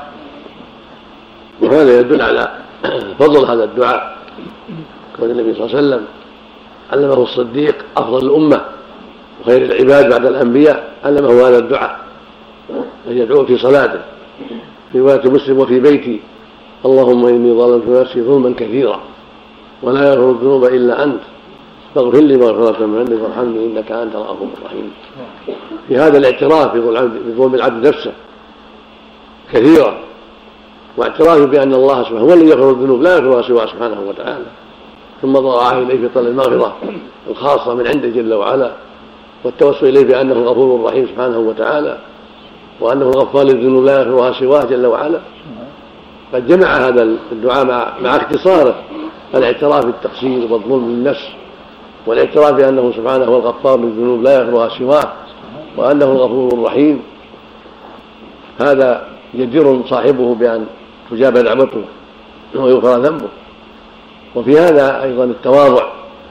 وهذا يدل على فضل هذا الدعاء، كون النبي صلى الله عليه وسلم علمه الصديق أفضل الأمة وخير العباد بعد الأنبياء، علمه هذا الدعاء أن يدعو في صلاته في رواية مسلم وفي بيتي: اللهم إني ظلمت نفسي ظلما كثيرا ولا يغفر الذنوب إلا أنت فاغفر لي مغفرة من عندك وارحمني إنك أنت الغفور الرحيم. في هذا الاعتراف بظلم العبد نفسه كثيرا، واعتراف بأن الله سبحانه هو الذي يغفر الذنوب لا يغفرها سواه سبحانه وتعالى، ثم ضرعه إليه في طلب المغفرة الخاصة من عنده جل وعلا، والتوسل إليه بأنه الغفور الرحيم سبحانه وتعالى، وأنه الغفار للذنوب لا يغفرها سواه جل وعلا. قد جمع هذا الدعاء مع اختصاره الاعتراف بالتقصير والظلم للنفس، والاعتراف بأنه سبحانه هو الغفار للذنوب لا يغفرها سواه، وأنه الغفور الرحيم. هذا يجر صاحبه بأن تجاب دعوته ويغفر ذنبه. وفي هذا أيضا التواضع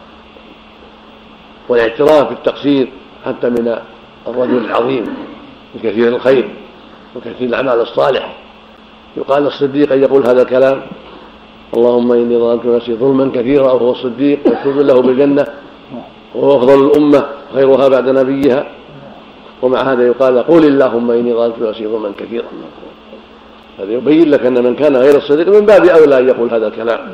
والاعتراف بالتقصير حتى من الرجل العظيم بكثير الخير وكثير الأعمال الصالحة. يقال الصديق أن يقول هذا الكلام: اللهم إني ظلمت نفسي ظلما كثيرا، وهو الصديق مشهود له بالجنة وهو أفضل الأمة خيرها بعد نبيها. ومع هذا يقال: قل اللهم إني ظلمت نفسي ظلما كثيرا. هذا يبين لك أن من كان غير الصديق من باب أولى أن يقول هذا الكلام،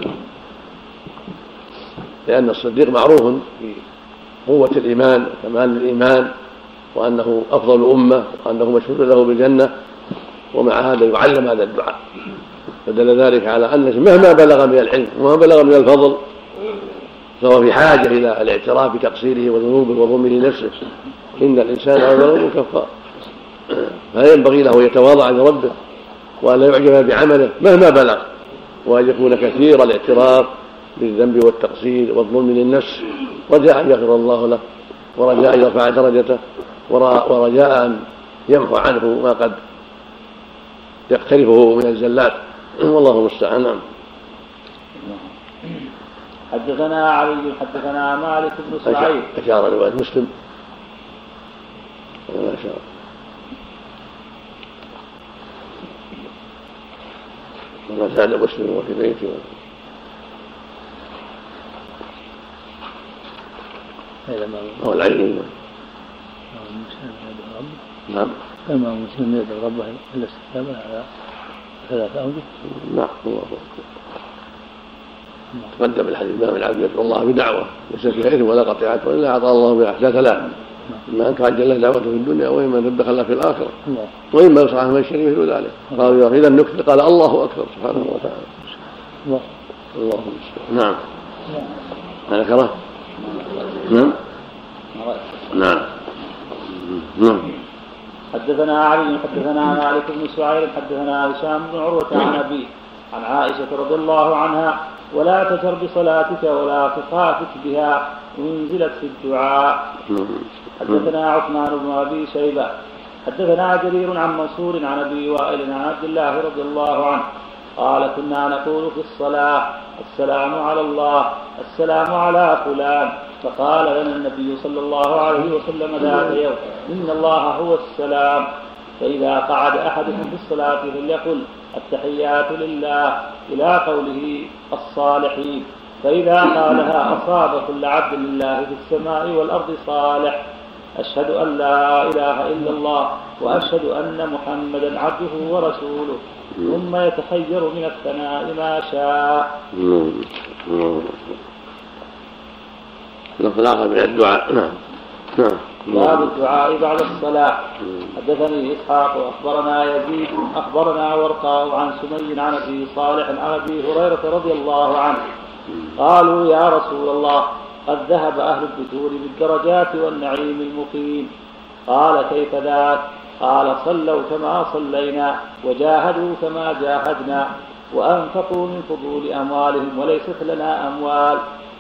لأن الصديق معروف في قوة الإيمان وكمال الإيمان، وأنه أفضل الأمة، وأنه مشهود له بالجنة. ومع هذا يعلم هذا الدعاء، فدل ذلك على أن مهما بلغ من العلم وما بلغ من الفضل فهو في حاجة إلى الاعتراف بتقصيره وذنوبه وظلمه لنفسه. إن الإنسان لظلوم كفار، فينبغي له يتواضع لربه وأن لا يعجب بعمله مهما بلغ، وأن يكون كثير الاعتراف بالذنب والتقصير والظلم للنفس، رجاء أن يغفر الله له، ورجاء أن يرفع درجته، ورجاء أن يمحو عنه ما قد يقترفه من الزلات. والله المستعان. حدثنا علي حدثنا مالك بن سعيد. أشار رواية مسلم ما شاء الله ما سأل مسلم وفي بيته. هو العين. نعم. كما مسلم يدعو ربه إلا استجابة على 3 أوجه. نعم. الله تقدم الحديث: ما من عبد يدعو الله بدعوة ليس فيها إثم ولا قطيعة إلا أعطاه الله بها إحدى 3: إما أن تعجل له دعوته في الدنيا، وإما أن تدخل في الآخرة، وإما يصعها من الشر مثل ذلك. قالوا إذا نكثر، قال: الله أكبر سبحانه وتعالى. الله المستعان. نعم. هذا كره. نعم. نعم. حدثنا علي حدثنا مالك بن سعيد حدثنا هشام بن عروة عن أبيه عن عائشة رضي الله عنها: ولا تجهر بصلاتك ولا تخافت بها، انزلت في الدعاء. حدثنا عثمان بن أبي شيبة حدثنا جرير عن منصور عن أبي وائل عن عبد الله رضي الله عنه قال: كنا نقول في الصلاة: السلام على الله، السلام على فلان. فقال لنا النبي صلى الله عليه وسلم ذات يوم: إن الله هو السلام. فإذا قعد أحدكم في الصلاة فليقل: التحيات لله إلى قوله الصالحين. فإذا قالها أصاب كل عبد لله في السماء والأرض صالح. أشهد أن لا إله إلا الله وأشهد أن محمدا عبده ورسوله. ثم يتخير من الثناء ما شاء. الآخر من الدعاء. نعم. باب الدعاء بعد الصلاة. حدثني إسحاق وأخبرنا يزيد أخبرنا ورقاء عن سمي عن أبي صالح عن أبي هريرة رضي الله عنه قالوا: يا رسول الله، قد ذهب أهل الدثور بالدرجات والنعيم المقيم. قال: كيف ذاك؟ قال: صلوا كما صلينا، وجاهدوا كما جاهدنا، وأنفقوا من فضول أموالهم وليست لنا أموال.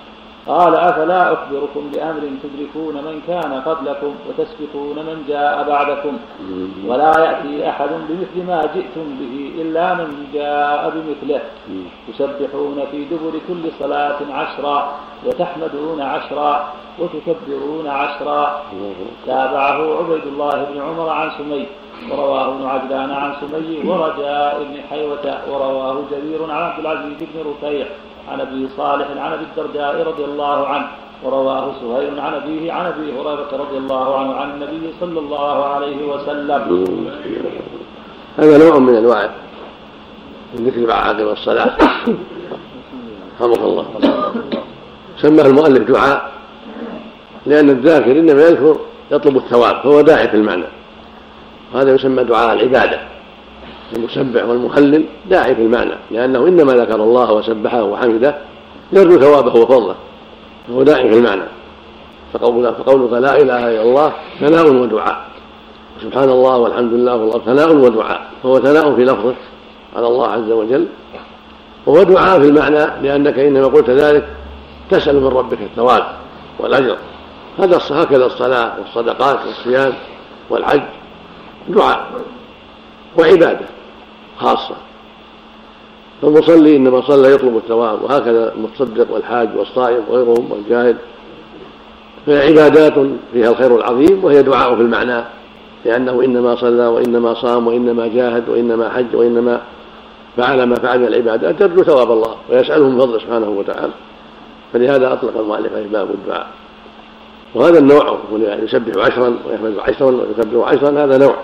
قال أفلا أخبركم بأمر تدركون من كان قبلكم وتسبقون من جاء بعدكم ولا يأتي أحد بمثل ما جئتم به إلا من جاء بمثله تسبحون في دبر كل صلاة 10 وتحمدون 10 وتكبرون 10. تابعه عبيد الله بن عمر عن سمي ورواه ابن عجلان عن سمي ورجاء بن حيوة ورواه جرير عن عبد العزيز بن رفيع عن ابي صالح عن ابي الدرداء رضي الله عنه ورواه سهيل عن ابيه عن ابي هريره رضي الله عنه عن النبي صلى الله عليه وسلم. هذا نوع من انواع الذكر بعد الصلاه رحمك الله. سماه المؤلف دعاء لان الذاكر انما يذكر يطلب الثواب فهو داعي في المعنى، هذا يسمى دعاء العباده. المسبح والمهلل داعي في المعنى لأنه إنما ذكر الله وسبحه وحمده يرجو ثوابه وفضله فهو داعي في المعنى. فقولك لا إله إلا الله ثناء ودعاء، سبحان الله والحمد لله والله ثناء ودعاء، فهو ثناء في لفظه على الله عز وجل وهو دعاء في المعنى لأنك إنما قلت ذلك تسأل من ربك الثواب والأجر. هكذا الصلاة والصدقات والصيام والحج دعاء وعبادة خاصة. فالمصلي إنما صلى يطلب الثواب، وهكذا المتصدق والحاج والصائم وغيرهم والجاهد، فهي عبادات فيها الخير العظيم وهي دعاء في المعنى لأنه إنما صلى وإنما صام وإنما جاهد وإنما حج وإنما فعل ما فعل من العبادات يرجو ثواب الله ويسأله من فضله سبحانه وتعالى. فلهذا أطلق المؤلف باب الدعاء. وهذا النوع يسبح 10 ويحمد 10 ويكبر 10 هذا نوع.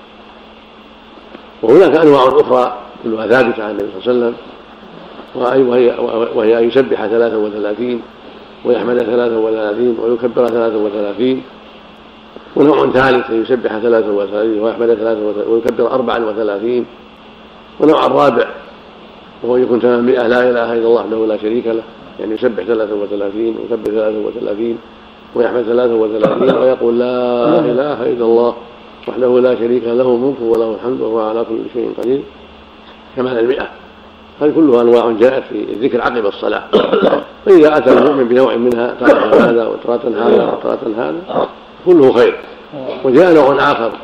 وهناك أنواع أخرى كلها ثابتة عن النبي صلى الله عليه وسلم وهي أن يسبح 33 ويحمد 33 ويكبر 33. ونوع ثالث أن يسبح 33 ويحمد 33 ويكبر 34. ونوع الرابع وهو يكون تمام 100 لا إله إلا الله وحده لا شريك له، يعني يسبح 33 ويكبر 33 ويحمد 33 ويقول لا إله إلا الله وحده لا شريك له الملك وله الحمد وهو على كل شيء قدير كمال 100. هذه كلها أنواع جاءت في الذكر عقب الصلاة. فإذا أتى المؤمن بنوع منها تارة هذا وتارة هذا وتارة هذا كله خير. وجاء نوع آخر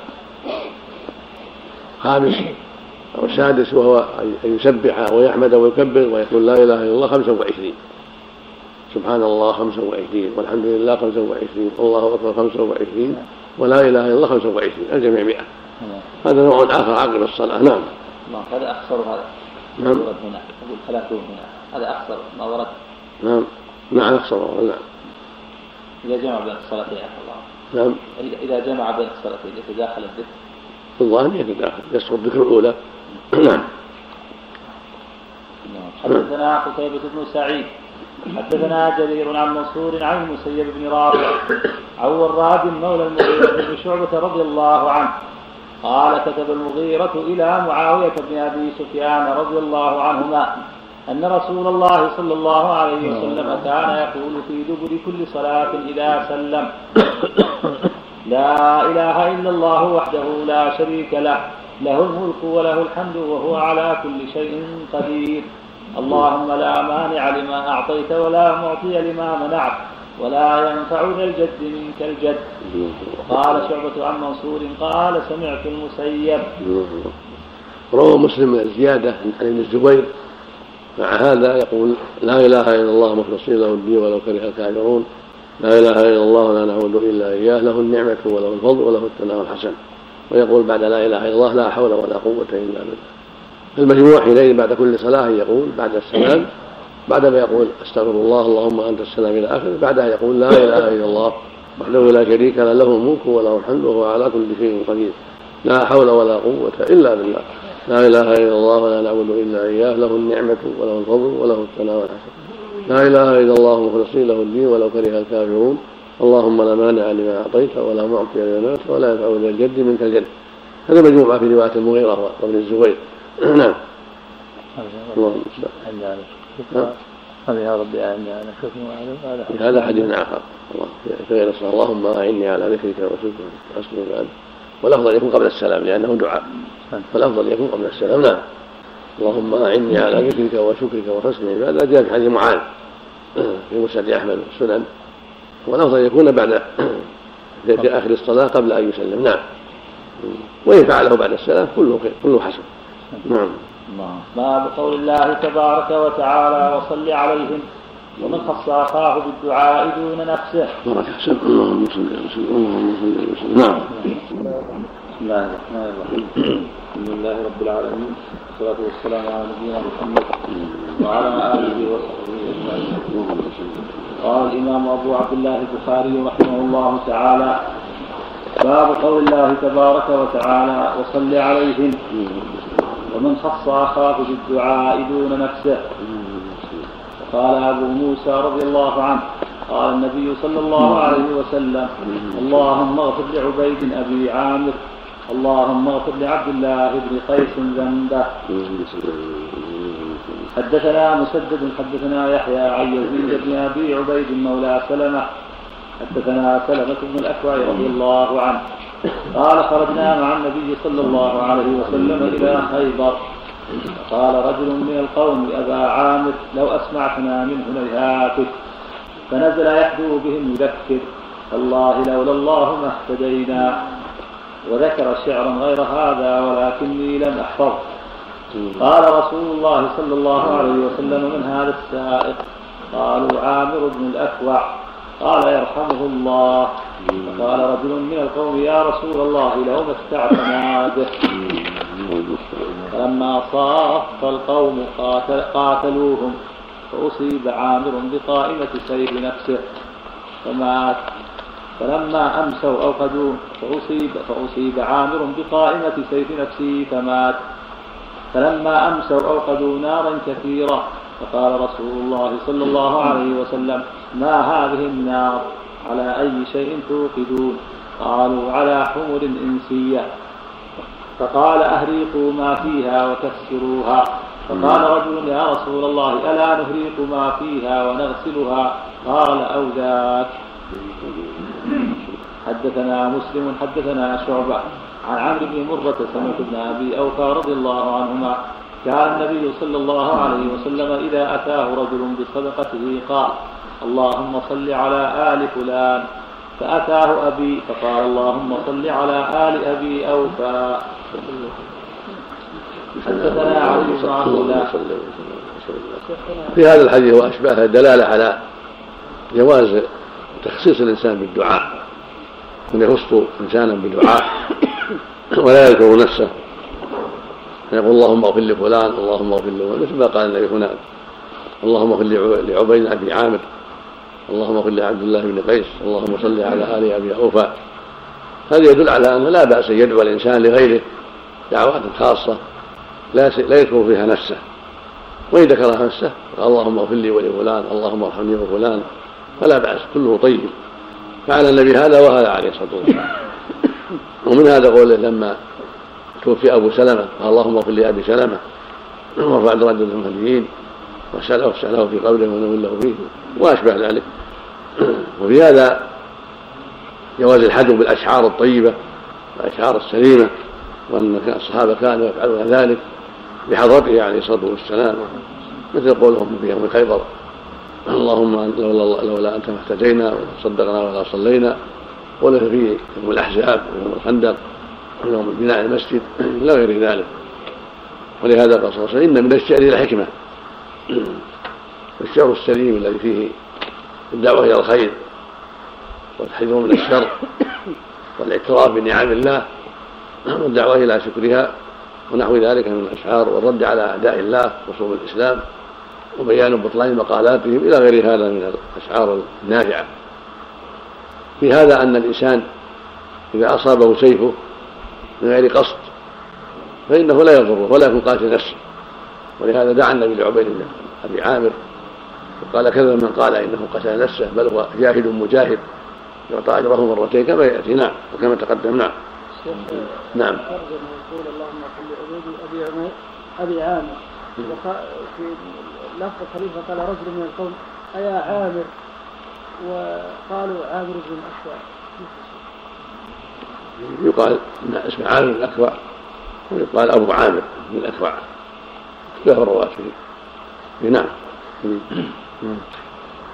خامس أو سادس وهو أن يسبح ويحمد ويكبر ويقول لا إله إلا الله 25 سبحان الله 25 والحمد لله 25 والله أكبر 25 ولا إله إلا الله 25 الجميع 100. هذا نوع آخر عقب الصلاة. نعم. هذا أخسر هذا. نعم. هنا يقول 30 هنا هذا أخسر ما ورد. نعم أخسر. نعم. إذا جمع بين الصلاتين يا الله. نعم. إذا جمع بين الصلاتين يتداخل الذكر. في الظاهر يتداخل يسقط الذكر الأولى. نعم. حدثنا قتيبة بن سعيد حدثنا جرير عن منصور عن المسيب بن رافع عن وراد مولى المغيرة بن شعبة رضي الله عنه قال كتب المغيرة إلى معاوية بن أبي سفيان رضي الله عنهما أن رسول الله صلى الله عليه وسلم كان يقول في دبر كل صلاة إذا سلم لا إله إلا الله وحده لا شريك له له الملك وله الحمد وهو على كل شيء قدير اللهم لا مانع لما أعطيت ولا معطي لما منعت ولا ينفع ذا الجد منك الجد. وقال شعبة عن منصور قال سمعت المسيب. روى مسلم الزيادة عن ابن الزبير مع هذا يقول لا إله إلا الله مخلصين له الدين ولو كره الكافرون لا إله إلا الله لا نعبد إلا إياه له النعمة وله الفضل وله الثناء الحسن. ويقول بعد لا إله إلا الله لا حول ولا قوة إلا بالله. المجموع حينئذ بعد كل صلاة يقول بعد السلام بعدما يقول استغفر الله اللهم أنت السلام إلى آخره بعدها يقول لا إله إلا الله وحده لا شريك له له الملك وله الحمد وهو على كل شيء قدير لا حول ولا قوة إلا بالله لا إله إلا الله ولا نعبد إلا إياه له النعمة وله الفضل وله الثناء الحسن لا إله إلا الله مخلصين له الدين ولو كره الكافرون اللهم لا مانع لما أعطيت ولا معطي لما منعت ولا ينفع ذا الجد منك الجد. هذا مجموعة في رواية المغيرة وابن الزبير. نعم. يا ربي أعني على شكر هذا حديث آخر غير الصلاة اللهم أعني على ذكرك وشكرك وحسن عبادتك والأفضل يكون قبل السلام لأنه دعاء فالأفضل يكون قبل السلام. نعم. اللهم أعني على ذكرك وشكرك وحسن عبادتك جاء في حديث معاذ في مسند أحمد والسنن، والأفضل يكون بعد في آخر الصلاة قبل أن يسلم. نعم. وإن فعله بعد السلام كله حسن. نعم. باب قول الله تبارك وتعالى وصل عليهم ومن خص أخاه بالدعاء دون نفسه. بارك حسن. اللهم صل وسلم. اللهم صل وسلم. نعم. بسم الله الرحمن الرحيم. الحمد لله رب العالمين والصلاة والسلام على نبينا محمد وعلى آله وصحبه أجمعين. قال الإمام أبو عبد الله البخاري رحمه الله تعالى: باب قول الله تبارك وتعالى وصل عليهم ومن خص أخاه بالدعاء دون نفسه. قال أبو موسى رضي الله عنه: قال النبي صلى الله عليه وسلم: اللهم اغفر لعبيد أبي عامر، اللهم اغفر لعبد الله بن قيس ذنبه. حدثنا مسدد حدثنا يحيى عن يزيد بن أبي عبيد مولى سلمة حدثنا سلمة بن الأكوع رضي الله عنه قال: خرجنا مع النبي صلى الله عليه وسلم إلى خيبر، قال رجل من القوم أبا عامر: لو أسمعتنا منه نهاتك. فنزل يحدو بهم يذكر: والله لولا الله ما اهتدينا. وذكر شعرا غير هذا ولكني لم أحفظ. قال رسول الله صلى الله عليه وسلم: من هذا السائق؟ قالوا: عامر بن الأكوع. قال: يرحمه الله. فقال رجل من القوم: يا رسول الله لو متعتنا به. فلما صاف القوم قاتلوهم، فأصيب عامر بقائمة سيف نفسه فمات. فلما أمسوا أوقدوه فأصيب عامر بقائمة سيف نفسه فمات. فلما أمسوا أوقدوا نارا كثيرة، فقال رسول الله صلى الله عليه وسلم: ما هذه النار؟ على أي شيء توقدون؟ قالوا: على حمر إنسية. فقال: أهريقوا ما فيها وكسروها. فقال رجل: يا رسول الله ألا نهريق ما فيها ونغسلها؟ قال: أو ذاك. حدثنا مسلم حدثنا شعبة عن عمرو بن مرة سمعت بن أبي أوفى رضي الله عنهما: كان النبي صلى الله عليه وسلم إذا أتاه رجل بصدقته قال: اللهم صل على آل فلان. فأتاه أبي فقال: اللهم صل على آل أبي أوفى. حدثنا علي بن عبد الله. في هذا الحديث وأشباهه دلالة على جواز تخصيص الإنسان بالدعاء، أن يخص إنسانا بدعاء ولا يذكر نفسه، يقول: اللهم اغفر لفلان، اللهم اغفر له، مثل ما قال النبي هناك: اللهم اغفر لعبيد أبي عامر، اللهم اغفر لعبد الله بن قيس، اللهم صل على آل أبي أوفى. هذا يدل على أنه لا بأس أن يدعو الإنسان لغيره دعوات خاصة لا يذكر فيها نفسه، وإن ذكرها نفسه قال: اللهم اغفر لي ولفلان، اللهم ارحمني وفلان، فلا بأس، كله طيب. فعل النبي هذا وهذا عليه الصلاة والسلام. ومن هذا قوله لما توفي أبو سلمة: اللهم اغفر لأبي سلمة وارفع درجة المهديين واسأله في قبره ونول له فيه، وأشبه ذلك. وفي هذا جواز الحدو بالأشعار الطيبة والأشعار السليمة، وأن الصحابة كانوا يفعلون ذلك بحضرته عليه الصلاة والسلام، مثل قولهم في يوم خيبر: اللهم لولا أنت ما اهتدينا ولا صدقنا ولا صلينا، ولا في يوم الأحزاب ويوم الخندق ويوم بناء المسجد لا غير ذلك. ولهذا قال صلى الله عليه وسلم: إن من الشعر الحكمة. والشعر السليم الذي فيه الدعوة إلى الخير والتحذير من الشر والاعتراف بنعم الله والدعوة إلى شكرها ونحو ذلك من الأشعار، والرد على أعداء الله وصوم الإسلام، وبيان بطلان مقالاتهم إلى غير هذا من الأشعار النافعة. في هذا أن الإنسان إذا أصابه سيفه من غير قصد فإنه لا يضره ولا يكون قاتل نفسه، ولهذا دعا النبي لعبيد بن أبي عامر وقال: كذا من قال إنه قتل نفسه، بل هو جاهد مجاهد يعطى أجره مرتين كما يأتي. نعم، وكما تقدم. نعم. نعم. يقول: اللهم صل على أبي عامر. في لفظ الخليفة قال رجل من القوم: أيا عامر؟ وقالوا: عامر بن الأكوع. يقال إن اسم عامر بن الأكوع، ويقال أبو عامر بن الأكوع، له رواة فيه. نعم.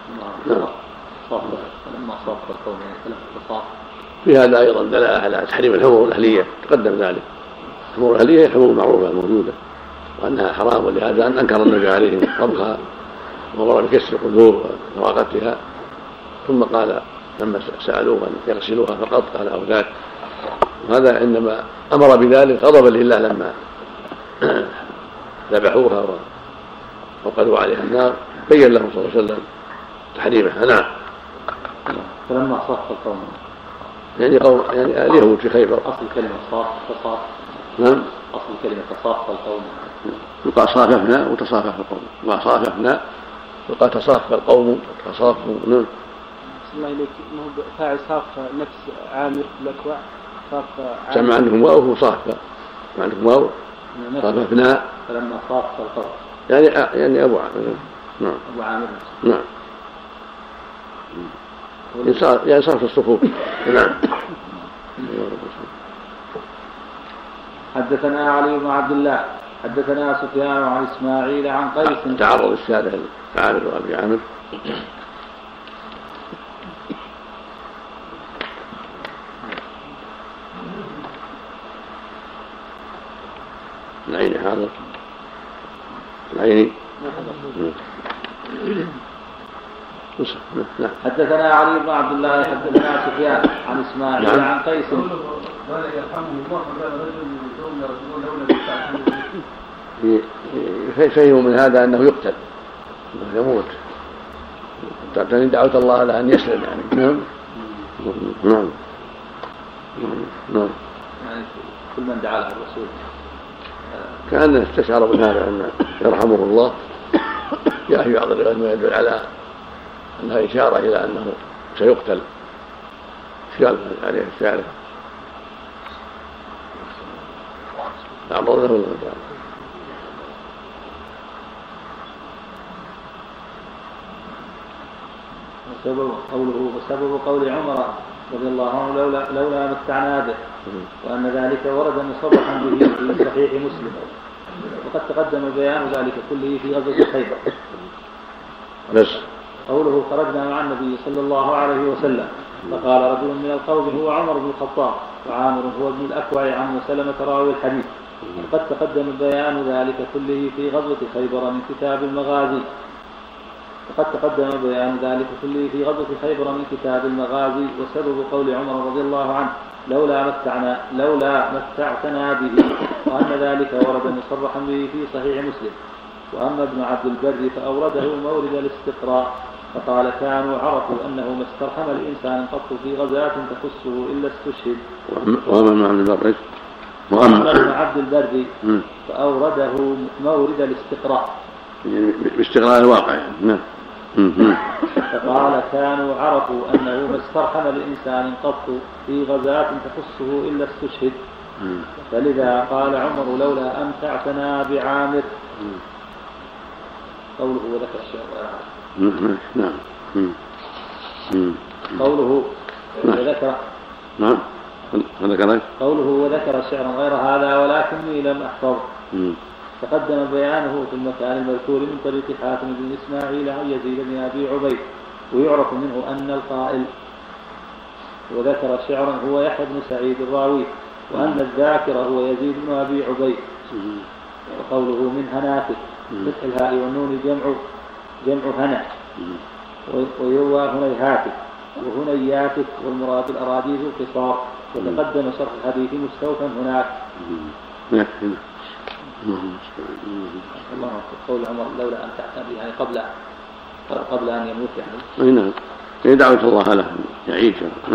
فلما صاف القوم صاف. في هذا أيضا دلالة على تحريم الحمر الأهلية، تقدم ذلك. الحمر الأهلية هي الحمر المعروفة الموجودة وأنها حرام، ولهذا أن أنكر النبي عليهم طبخها وأمر بكسر القدور وإراقتها، ثم قال لما سألوه أن يغسلوها فقط قال أو ذاك. وهذا إنما أمر بذلك غضبا لله لما ذبحوها وقدوا عليها النار، بين لهم صلى الله عليه وسلم تحريمها. نعم. فلما صاف القوم يعني قوم يعني اليهود في خيبر. أصل كلمة صاف. نعم. أصل كلمة تصاف القوم. يقال صاففنا وتصافح القوم، وصاففنا يقال تصافح القوم تصافحوا. نعم. الله إليك، ما هو فاعل صاف نفس عامر الأكوع صاف سمع عندكم واو وصافة، ما عندكم واو صاففنا فلما صاف القوم يعني أبو عامر. نعم. أبو عامر. نعم. يعني صار في الصفوف. نعم. حدثنا علي بن عبد الله حدثنا سفيان عن إسماعيل عن قيس. تعرض السادة عامر وأبي عامر. العيني حاضر. العيني. نعم. حدثنا علي بن عبد الله حدثنا سفيان عن إسماعيل عن قيس. فهم من هذا أنه يقتل، أنه يموت، تعتني دعوة الله له أن يسلم يعني. نعم. نعم. نعم. يعني كل من دعا له الرسول كأنه استشعر من هذا أن يرحمه الله. جاء في بعض الروايات ما يدل على أنها إشارة إلى أنه سيقتل، شال عليه الشارع. تعرض له الله تعالى. وسبب قول عمر رضي الله عنه لولا متعنا به، وأن ذلك ورد مصرحا به في صحيح مسلم، وقد تقدم بيان ذلك كله في غزوة خيبر. بس قوله خرجنا مع النبي صلى الله عليه وسلم، فقال رجل من القوم هو عمر بن الخطاب، وعامر هو ابن الأكوع عن سلمة راوي الحديث، وقد تقدم بيان ذلك كله في غزوة خيبر من كتاب المغازي. وسبب قول عمر رضي الله عنه لولا متعتنا به، وأن ذلك ورد مصرحا به في صحيح مسلم. وأما ابن عبد البر فأورده مورد الاستقراء، فقال كانوا عرفوا أنه ما استرحم الإنسان قط في غزاة تخصه إلا استشهد. وأما ابن عبد البر فأورده مورد الاستقراء، يعني باستقراء الواقع يعني. نعم. فقال كانوا عرفوا أنه ما استرحم الإنسان قط في غزاة تخصه إلا استشهد، فلذا قال عمر لولا أمتعتنا بعامر. قوله وذكر الشعر. نعم. قوله وذكر. نعم. قوله وذكر شعرا غير هذا ولكني لم أحفظ. تقدم بيانه في المكان المذكور من طريق حاتم بن إسماعيل عن يزيد بن أبي عبيد، ويعرف منه أن القائل وذكر شعرا هو يحيى بن سعيد الراوي، وأن الذاكر هو يزيد بن أبي عبيد. وقوله من هناتك فتح الهاء والنون جمع هنا، ويروى هنيهاتك وهنياتك، والمراد الأراضي ذو قصار. وتقدم شرح الحديث مستوفى هناك. الله قول عمر لولا أن تعتني يعني قبل أن يموت يعني. نعم. هي دعوة الله له يعيش.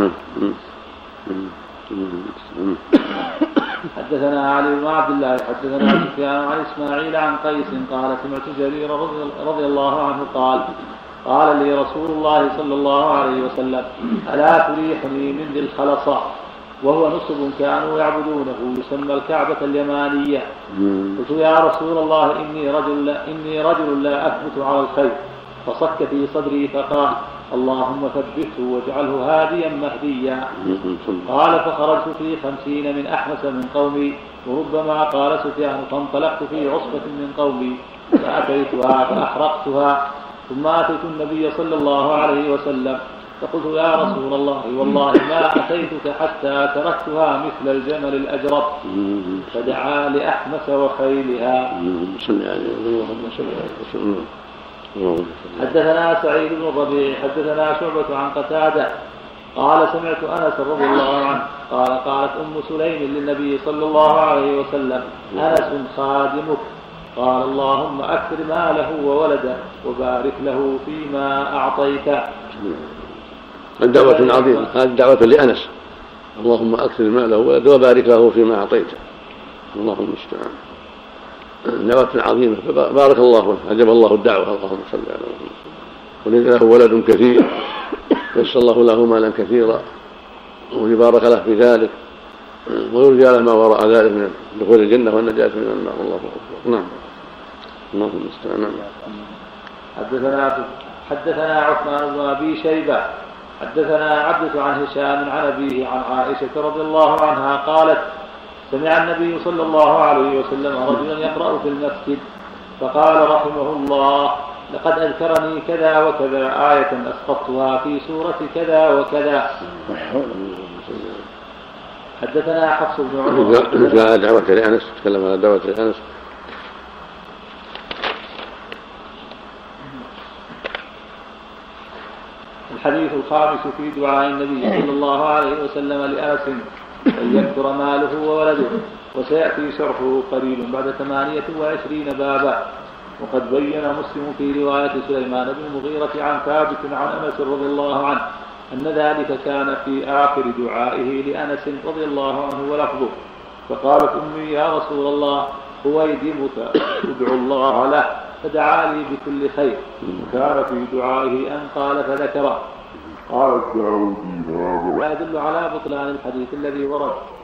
حدثنا علي بن عبد الله حدثنا سفيان عن إسماعيل عن قيس قال سمعت جرير رضي الله عنه قال لي رسول الله صلى الله عليه وسلم ألا تريحني من ذي الخلصة، وهو نصب كانوا يعبدونه يسمى الكعبة اليمانية. قلت يا رسول الله إني رجل لا أثبت على الخير، فصك في صدري فقال اللهم ثبته واجعله هاديا مهديا. قال فخرجت في 50 من أحمس من قومي، وربما قال سفيان فانطلقت في عصبة من قومي فأتيتها فأحرقتها، ثم أتيت النبي صلى الله عليه وسلم فقلت يا رسول الله والله ما أتيتك حتى تركتها مثل الجمل الأجرب، فدعا لأحمس وخيلها. حدثنا سعيد بن الربيع حدثنا شعبة عن قتادة قال سمعت أنس رضي الله عنه قال قالت أم سليم للنبي صلى الله عليه وسلم أنس خادمك، قال اللهم أكثر ماله وولده وبارك له فيما أعطيت. الدعوة عظيمة، هذه الدعوة لأنس، اللهم أكثر ماله وولده وبارك له فيما أعطيته. اللهم المستعان. دعوة عظيمة، بارك الله له، أجاب الله الدعوة، اللهم صل على محمد. ولد له ولد كثير يسر الله له مالا كثيرا ويبارك له في ذلك ويرجى له ما وراء ذلك من دخول الجنة والنجاة من النار. الله أكبر. نعم. اللهم المستعان. حدثنا عثمان بن أبي شيبة حدثنا عبدة عن هشام عن أبيه عن عائشة رضي الله عنها قالت سمع النبي صلى الله عليه وسلم رجلا يقرأ في المسجد فقال رحمه الله لقد أذكرني كذا وكذا آية أسقطتها في سورة كذا وكذا. حدثنا حفص بن عمر جاء دعوة لأنس، تكلم على دعوة لأنس. الحديث الخامس في دعاء النبي صلى الله عليه وسلم لأنس أن يكثر ماله وولده، وسيأتي شرحه قريب بعد 28 بابا. وقد بين مسلم في رواية سليمان بن المغيرة عن ثابت عن أنس رضي الله عنه أن ذلك كان في آخر دعائه لأنس رضي الله عنه ولفظه فقالت أمي يا رسول الله أويدمك ادعو الله له فدعا لي بكل خير، وكان في دعائه أن قال فذكره. قال الداودي لا يدل على بطلان الحديث الذي ورد